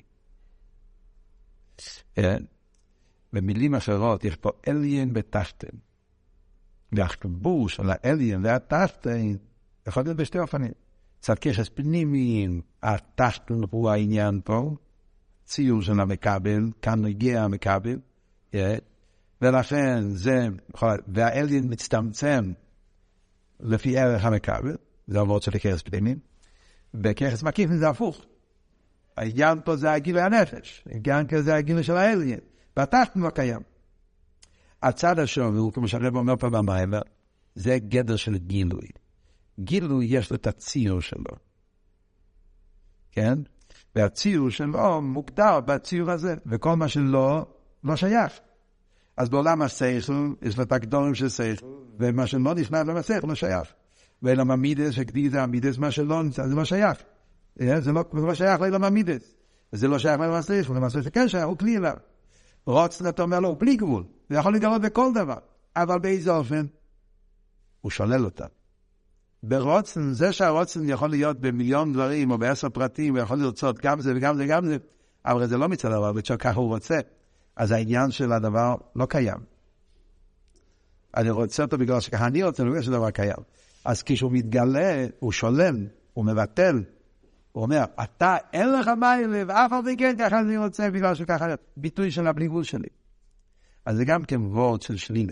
במילים אחרות, יש פה אליין בתחתן. והחיבור של האליין והתחתן, יכול להיות בשתי אופנים. צד כיחס פנימיים, התחתן הוא העניין פה, הציור של המקבל, כאן הגיע המקבל, ולכן זה, והאליין מצטמצם לפי ערך המקבל, זה עבוד של כרס פנימי, בכרס מקיף זה הפוך. העניין פה זה הגילוי הנפש, העניין פה זה הגילוי של האליין, והתחתון לא קיים. הצד השני, הוא כמו שהרב אומר פה במיימר, זה גדר של גילוי. גילוי יש לו את הציור שלו. כן? והציור שלו מוגדר בציור הזה, וכל מה שלא, לא שייך. אז בעולם השכל, יש לו את הגדורים של שכל, ומה שלא נכנס למסך לא שייך. ואילם המידס, שקדיד זה המידס, מה שלא נמצא, זה לא שייך. זה לא, זה לא שייך לאילם המידס. זה לא שייך לאילם השכל, למעשה שכן שייך, הוא כלי אליו. רוצן, אתה אומר לו, הוא בלי גבול. זה יכול לגלות בכל דבר. אבל באיזה אופן? הוא שולל אותה. ברוצן, זה שהרוצן יכול להיות במיליון דברים, או בעשר פרטים, ויכול לרצות גם זה וגם זה וגם זה, אבל זה לא מצד דבר, ושכך ככה הוא רוצה. אז העניין של הדבר לא קיים. אני רוצה אותו בגלל שככה אני רוצה, בגלל שדבר קיים. אז כשהוא מתגלה, הוא שולל, הוא מבטל, הוא אומר, אתה אין לך מיילה, ואף על פי כן ככה אני רוצה, בגלל שככה ביטוי של הבלי גבול שלי. אז זה גם כן וורד של שלילה.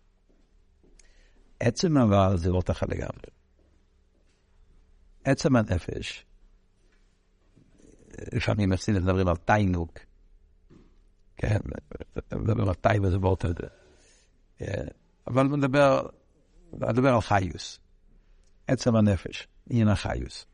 עצם אבל זה לא תחת לגמרי. עצם הנפש, לפעמים מפסיד לדברים על תיינוק, כן, מדבר על תיינוק וזה וורד הזה. אבל מדבר, מדבר על חיוס. עצם הנפש, עניין החיוס.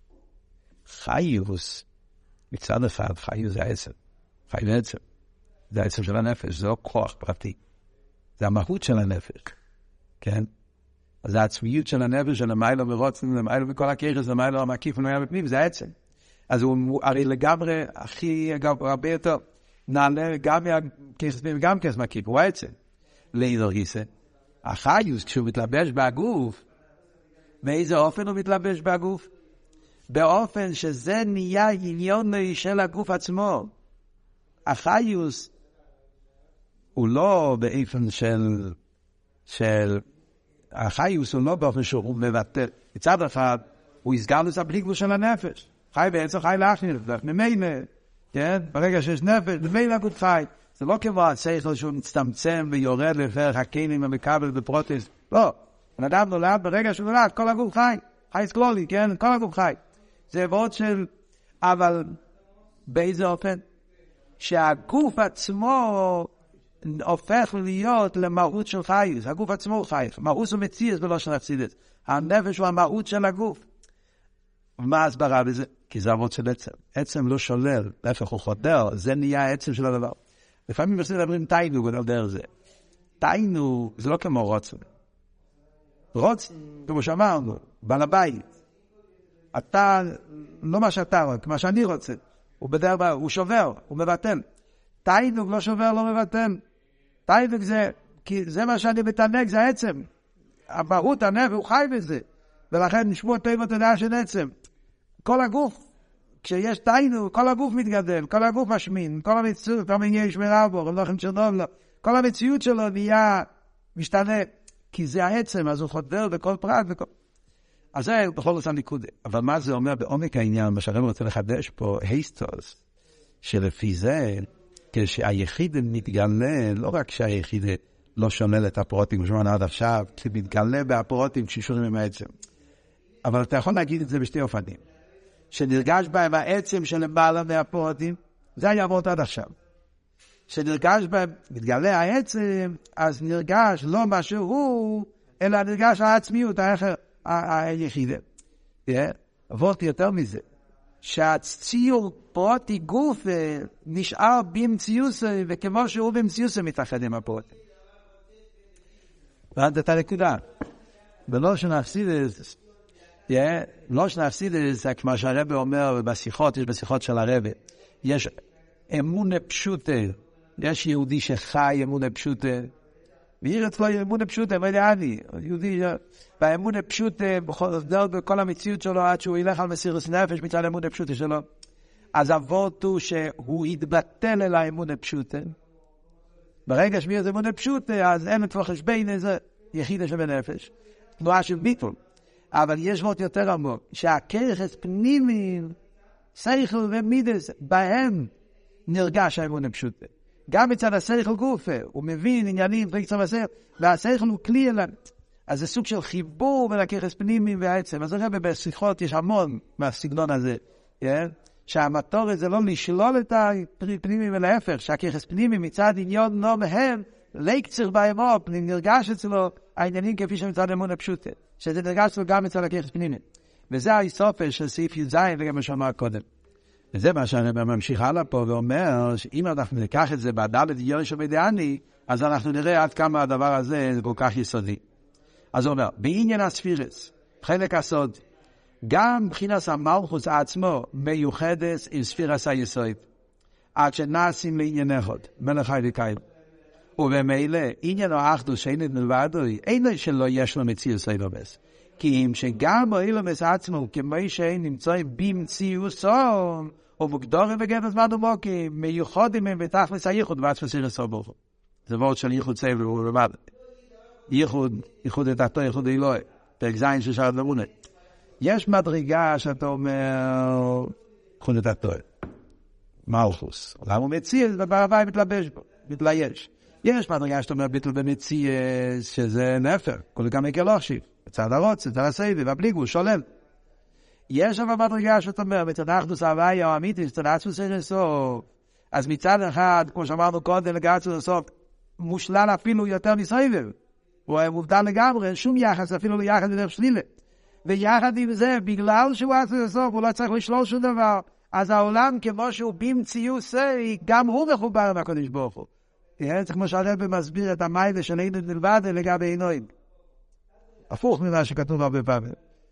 חיוס, מצד אחד, חיוס זה העצם. חי בעצם. זה העצם של הנפש, זה לא כוח פרטי. זה המהות של הנפש. כן? אז זה העצמיות של הנפש, של המיילו ורוצן, המיילו וכל הכיחס, המיילו המקיף ונויה בפנים, זה העצם. אז הוא הרי לגמרי, הכי, הרבה יותר, נעלה גם מהכיחס פנים וגם כיחס מקיף, הוא העצם. לאיזו גיסא. החיוס, כשהוא מתלבש בגוף, באיזה אופן הוא מתלבש בגוף? באופן שזה נהיה עניון של הגוף עצמו. החיוס הוא לא באופן של, של, החיוס הוא לא באופן שהוא מבטל. מצד אחד, הוא יסגר לזה בלי גבול של הנפש. חי בעצם חי להכניר, ממילא, כן? ברגע שיש נפש, ממילא הגות חי. זה לא כמו השכל שהוא מצטמצם ויורד לפרח הכלים המקבל בפרוטיס. לא. בן אדם נולד, ברגע שהוא נולד, כל הגוף חי. חי סקלולי, כן? כל הגוף חי. זה עבוד של, אבל באיזה אופן? שהגוף עצמו הופך להיות למהות של חייס. הגוף עצמו הוא חייס. מהות הוא מציאס ולא של חסידות. הנפש הוא המהות של הגוף. ומה הסברה בזה? כי זה עבוד של עצם. עצם לא שולל, להפך הוא חודר, זה נהיה העצם של הדבר. לפעמים אנחנו מדברים תיינו על דרך זה. תיינו זה לא כמו רוצן. רוצן, כמו שאמרנו, בעל הבית. אתה, לא מה שאתה רק, מה שאני רוצה. הוא בדרך כלל, הוא שובר, הוא מבטל. תיינוק לא שובר, לא מבטל. תיינוק זה, כי זה מה שאני מתענק, זה העצם. המהות, הנפש, הוא חי בזה. ולכן נשמוע טוב התודעה של עצם. כל הגוף, כשיש תיינוק, כל הגוף מתגדל, כל הגוף משמין, כל המציאות, כל המציאות שמירה בו, כל המציאות שלו נהיה משתנה. כי זה העצם, אז הוא חודר בכל פרט. בכל... אז זה בכל זאת הנקודה. אבל מה זה אומר בעומק העניין, מה שהרב רוצה לחדש פה, היסטוס, שלפי זה, כשהיחיד מתגלה, לא רק שהיחיד לא שולל את הפרוטים, כמו שאמרנו עד עכשיו, כי מתגלה בהפרוטים כששורים עם העצם. אבל אתה יכול להגיד את זה בשתי אופנים. שנרגש בהם העצם של למעלה מהפרוטים, זה היה עבוד עד עכשיו. שנרגש בהם, מתגלה העצם, אז נרגש לא משהו הוא, אלא נרגש העצמיות, האחר. היחידה. עבודתי יותר מזה. שהציור פרוטי גוף נשאר במציאות, וכמו שהוא במציאות מתאחד עם הפרוטי. ועד את הנקודה. ולא שנפסיד את זה, לא שנפסיד את זה, כמו שהרבא אומר בשיחות, יש בשיחות של הרבא, יש אמונה פשוטה, יש יהודי שחי אמונה פשוטה, ויש אצלו אמונה פשוטה, מה יודע אני? יהודי, באמונה פשוטה, בכל המציאות שלו, עד שהוא ילך על מסירות נפש, מצד אמונה פשוטה שלו. אז אבות הוא שהוא יתבטל אל האמונה פשוטה. ברגע שמי זה אמונה פשוטה, אז אין כבר חשבון איזה יחידה שבנפש. תנועה של ביטול. אבל יש עוד יותר עמוק, שהכרחס פנימיים, שכל ומידס, בהם נרגש האמונה פשוטה. גם מצד השכל גופה, הוא מבין עניינים, והשכל הוא כלי אליו. אז זה סוג של חיבור בין הכיחס פנימיים והעצם. אז הרבה בשיחות יש המון מהסגנון הזה. שהמטור זה לא לשלול את הפנימיים ולהפך, שהכיחס פנימיים מצד עניון נו מהם, להקצר בהם אופ, נרגש אצלו העניינים כפי שמצד האמונה פשוטה. שזה נרגש אצלו גם מצד הכיחס פנימיים. וזה האיסופר של סעיף י"ז וגם מה שאמר קודם. וזה מה שהרבא ממשיך הלאה פה ואומר, שאם אנחנו ניקח את זה בדלת יורש ובדעני, אז אנחנו נראה עד כמה הדבר הזה זה כל כך יסודי. אז הוא אומר, בעניין הספירס, חלק הסוד, גם מבחינת המלכוס עצמו מיוחדת עם ספירס היסוד, עד שנעשים לעניין אחד, מלך חי וקיים. ובמילא, עניין האחדוס שאין מלבדו, אין שלא יש לו מציאות אילומס. כי אם שגם האילומס עצמו, כמו שאין נמצאים במציאוסו, ומוגדורים וגדס מדומוקים, מיוחדים הם בתכלס הייחוד ועצמס ירסו ברוך הוא. זה וורד של ייחוד סבל ולמד. ייחוד, ייחוד את התו, ייחוד אלוהי. פרק זין של שרת למונה. יש מדרגה שאתה אומר, ייחוד את התו. מלכוס. למה הוא מציע? ובערבי מתלבש בו, מתלייש. יש מדרגה שאתה אומר, ביטל במציע, שזה נפר. כל גם יקר לא חשיב. בצד הרוץ, בצד הסבב, הבליגו, שולל. יש אבל מדרגה שאתה אומר, מצד האחדוס ההוואי או האמיתי, מצד עצמוס ירסו. אז מצד אחד, כמו שאמרנו קודם, לגעצמוס ירסו, מושלל אפילו יותר מסבב. הוא מובדל לגמרי, שום יחס, אפילו לא יחס בדרך שלילה. ויחד עם זה, בגלל שהוא עצמוס ירסו, הוא לא צריך לשלול שום דבר. אז העולם, כמו שהוא במציאות, גם הוא מחובר מהקדוש ברוך הוא. זה כמו שהרבא מסביר את המיילה של אין מלבד לגבי עינויים. הפוך ממה שכתוב הרבה פעמים.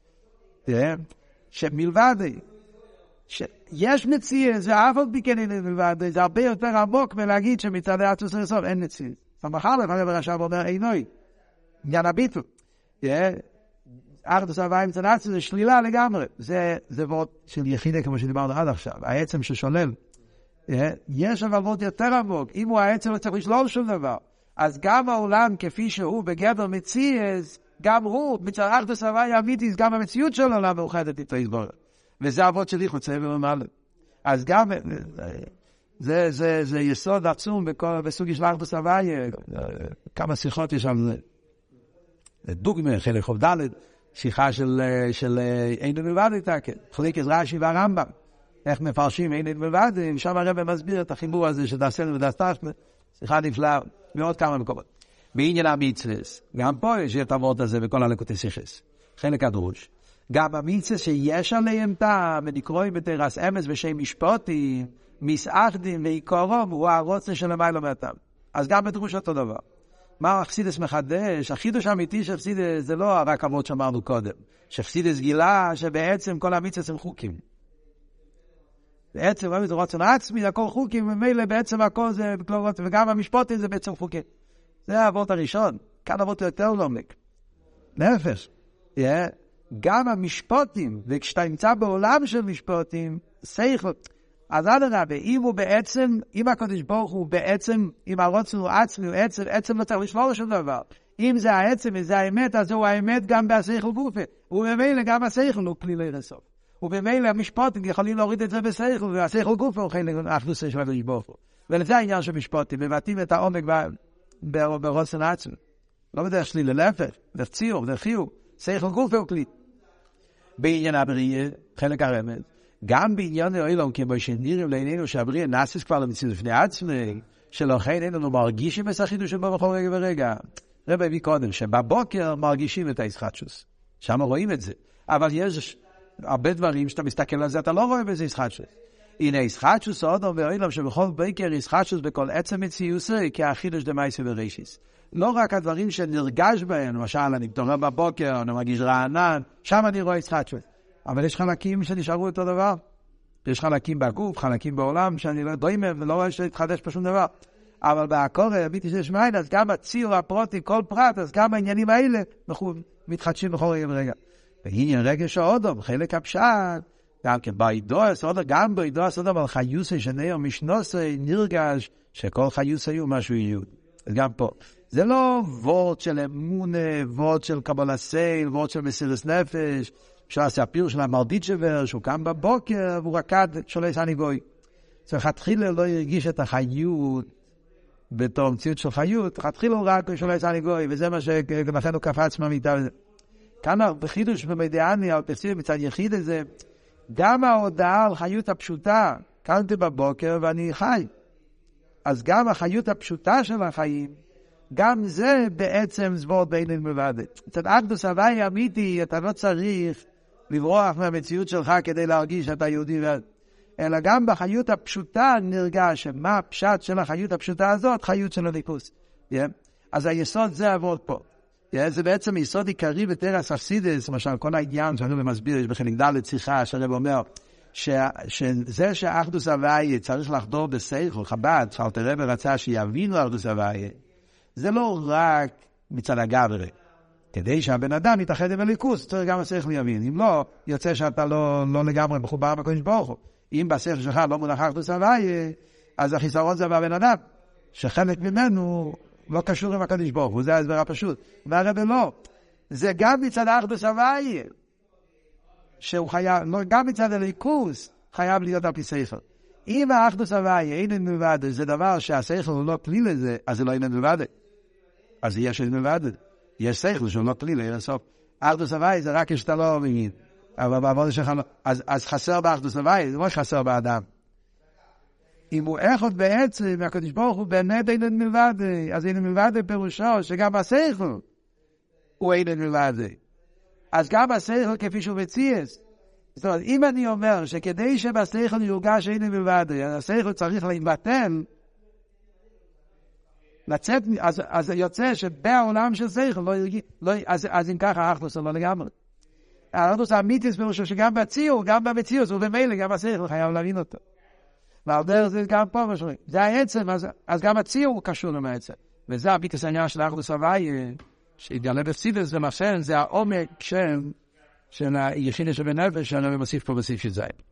שמלבד, שיש מציאות, זה אף עוד בכן אין מלבד, זה הרבה יותר עמוק מלהגיד שמצד העצמוס ירסו אין מציאות. המחר לפעמים הרש"ב אומר עינוי. עניין הביטול. אחדוס ההוואי מצד העצמוס זה שלילה לגמרי. זה וורד של יחידה כמו שדיברנו עד עכשיו. העצם ששולל. יש אבל וורד יותר עמוק. אם הוא העצם לא צריך לשלול שום דבר. אז גם העולם כפי שהוא בגדר מציאות, גם הוא, מצד אחדוס ההוואי האמיתי, גם המציאות של העולם מאוחדת איתו יסבור. וזה הוורד של ייחוד סבל ומעלה. אז גם, זה, זה, זה יסוד עצום בכל, בסוגי של אחדוס ההוואי, כמה שיחות יש על זה. דוגמה, חלק חוב ד' שיחה של, של אין מלבד איתה, חלק את רש"י והרמב"ם. איך מפרשים אין מלבד, שם הרב מסביר את החיבור הזה שדעשנו ודעשתנו, שיחה נפלאה, מאוד כמה מקומות. בעניין המצווס, גם פה יש את הוורט הזה בכל הלקוטי שיחס. חלק הדרוש. גם המצווס שיש עליהם טעם, ונקרואים בתרס אמס ושם משפוטים, מסעכדים ועיקורום, הוא הרוצה של המיילו מהטעם. אז גם בדרוש אותו דבר. מה החסידס מחדש? החידוש האמיתי של חסידס זה לא רק אבות שאמרנו קודם. שחסידס גילה שבעצם כל המצווס הם חוקים. בעצם זה רצון עצמי, הכל חוקים, ומילא בעצם הכל זה, וגם המשפוטים זה בעצם חוקים. זה האבות הראשון. כאן אבות יותר לעומק. להפך. גם המשפוטים, וכשאתה נמצא בעולם של משפוטים, שכל. אז עד הרבה, אם הוא בעצם, אם הקדוש ברוך הוא בעצם, אם הרצון הוא עצמי, הוא עצם, עצם לא צריך לשלול שום דבר. אם זה העצם וזה האמת, אז הוא האמת גם בשכל גופה. ובמילא גם השכל הוא כלי לרסוף. ובמילא המשפוטים יכולים להוריד את זה בשכל, והשכל גופה הוא חלק אחדוס של הקדוש ברוך הוא. ולזה העניין של משפוטים, מבטאים את העומק ברצון עצמי. לא בדרך שלילה, להפך, דרך ציור, דרך חיוב. שכל גופה הוא כלי. בעניין הבריאה, חלק הרמז, גם בעניין העולם, כמו שנראים לעינינו שהבריאה נעשית כבר למציאות לפני עצמי, שלכן איננו מרגישים את החידוש שבו בכל רגע ורגע. רב הביא קודם, שבבוקר מרגישים את הישחטשוס. שם רואים את זה. אבל יש הרבה דברים שאתה מסתכל על זה, אתה לא רואה בזה ישחטשוס. הנה ישחטשוס האדם והעולם שבכל בוקר ישחטשוס בכל עצם מציאוסי, כי החידוש דמייסה ורישיס. לא רק הדברים שנרגש בהם, למשל אני מתעורר בבוקר, אני מרגיש רענן, שם אני רואה ישחטשוס. אבל יש חלקים שנשארו אותו דבר. יש חלקים בגוף, חלקים בעולם, שאני לא דומה ולא רואה שהתחדש בשום דבר. אבל בהקורא, הביטי שיש מים, אז גם הציור הפרוטי, כל פרט, אז גם העניינים האלה מתחדשים בכל רגע ורגע. ועניין רגש האודם, חלק הפשט, גם כן בעידוס, גם בעידוס, אבל חיוסי שנאו משנוסי, נרגש שכל חיוסי הוא משהו יהיו. אז גם פה. זה לא וורט של אמונה, וורט של קבלה סייל, וורט של מסירת נפש, שעשה הפיר של המרדיצ'בר, שהוא קם בבוקר, והוא רקד שולש הניגוי. צריך להתחיל לא ירגיש את החיות בתור מציאות של חיות, התחילו רק כשלא יצא לגוי, וזה מה שלכן הוא קפץ מהמיטה. כאן בחידוש במדיאני, על פרסיב מצד יחיד הזה, גם ההודעה על חיות הפשוטה, קמתי בבוקר ואני חי. אז גם החיות הפשוטה של החיים, גם זה בעצם זבורת בעינן מלבד. אצל אחדוס הוואי אמיתי, אתה לא צריך לברוח מהמציאות שלך כדי להרגיש שאתה יהודי, אלא גם בחיות הפשוטה נרגש, מה הפשט של החיות הפשוטה הזאת? חיות של הליכוס. Yeah. אז היסוד זה עבוד פה. Yeah, זה בעצם יסוד עיקרי בתרס אכסידס, למשל כל העניין שאני מסביר, יש בחלק ד' שיחה שהרב אומר, ש... שזה שאחדוס הוואי צריך לחדור בסייכל, חב"ד, שאלתר רבי רצה שיבינו אחדוס הוואי, זה לא רק מצד הגברי. כדי שהבן אדם יתאחד עם הליכוס, צריך גם השכל יבין. אם לא, יוצא שאתה לא, לא לגמרי מחובר בקודש ברוך הוא. אם בשכל שלך לא מונח אחדוס הוואי, אז החיסרון זה בבן אדם, שחלק ממנו לא קשור עם הקודש ברוך הוא, זה ההסבר הפשוט. והרבי לא. זה גם מצד אחדוס הוואי, שהוא חייב, לא, גם מצד הליכוס, חייב להיות על פי שכל. אם האחדוס הוואי אינן מלבד, זה דבר שהשכל הוא לא כלי לזה, אז זה לא אינן מלבד. אז יש אינן מלבד. יש שכל שהוא לא כלי לסוף. אחדוס הוואי זה רק כשאתה לא מבין. אבל בעבוד שלך לא. אז, אז חסר באחדוס הוואי, זה לא חסר באדם. אם הוא אחד בעצם, והקדוש ברוך הוא באמת אינן מלבד, אז אינן מלבד פירושו שגם השכל הוא אינן מלבד. אז גם השכל כפי שהוא מציאס. זאת אומרת, אם אני אומר שכדי שבשכל יורגש אינן מלבד, השכל צריך להתבטל, לצאת, אז, אז יוצא שבעולם של שכל לא ירגיש, לא, אז, אז אם ככה האחדוס לא לגמרי. האחדוס האמיתיס פירושו שגם בציור, גם במציאות, ובמילא גם השכל חייב להבין אותו. ועל דרך זה גם פה משהו. זה העצם, אז, אז גם הציור קשור עם העצם. וזה הביטוס העניין של האחדוס הוואי, שהתגלה בפסידס ומחשן, זה העומק של, של היחידה שבנפש, שאני מוסיף פה בסעיף של זין.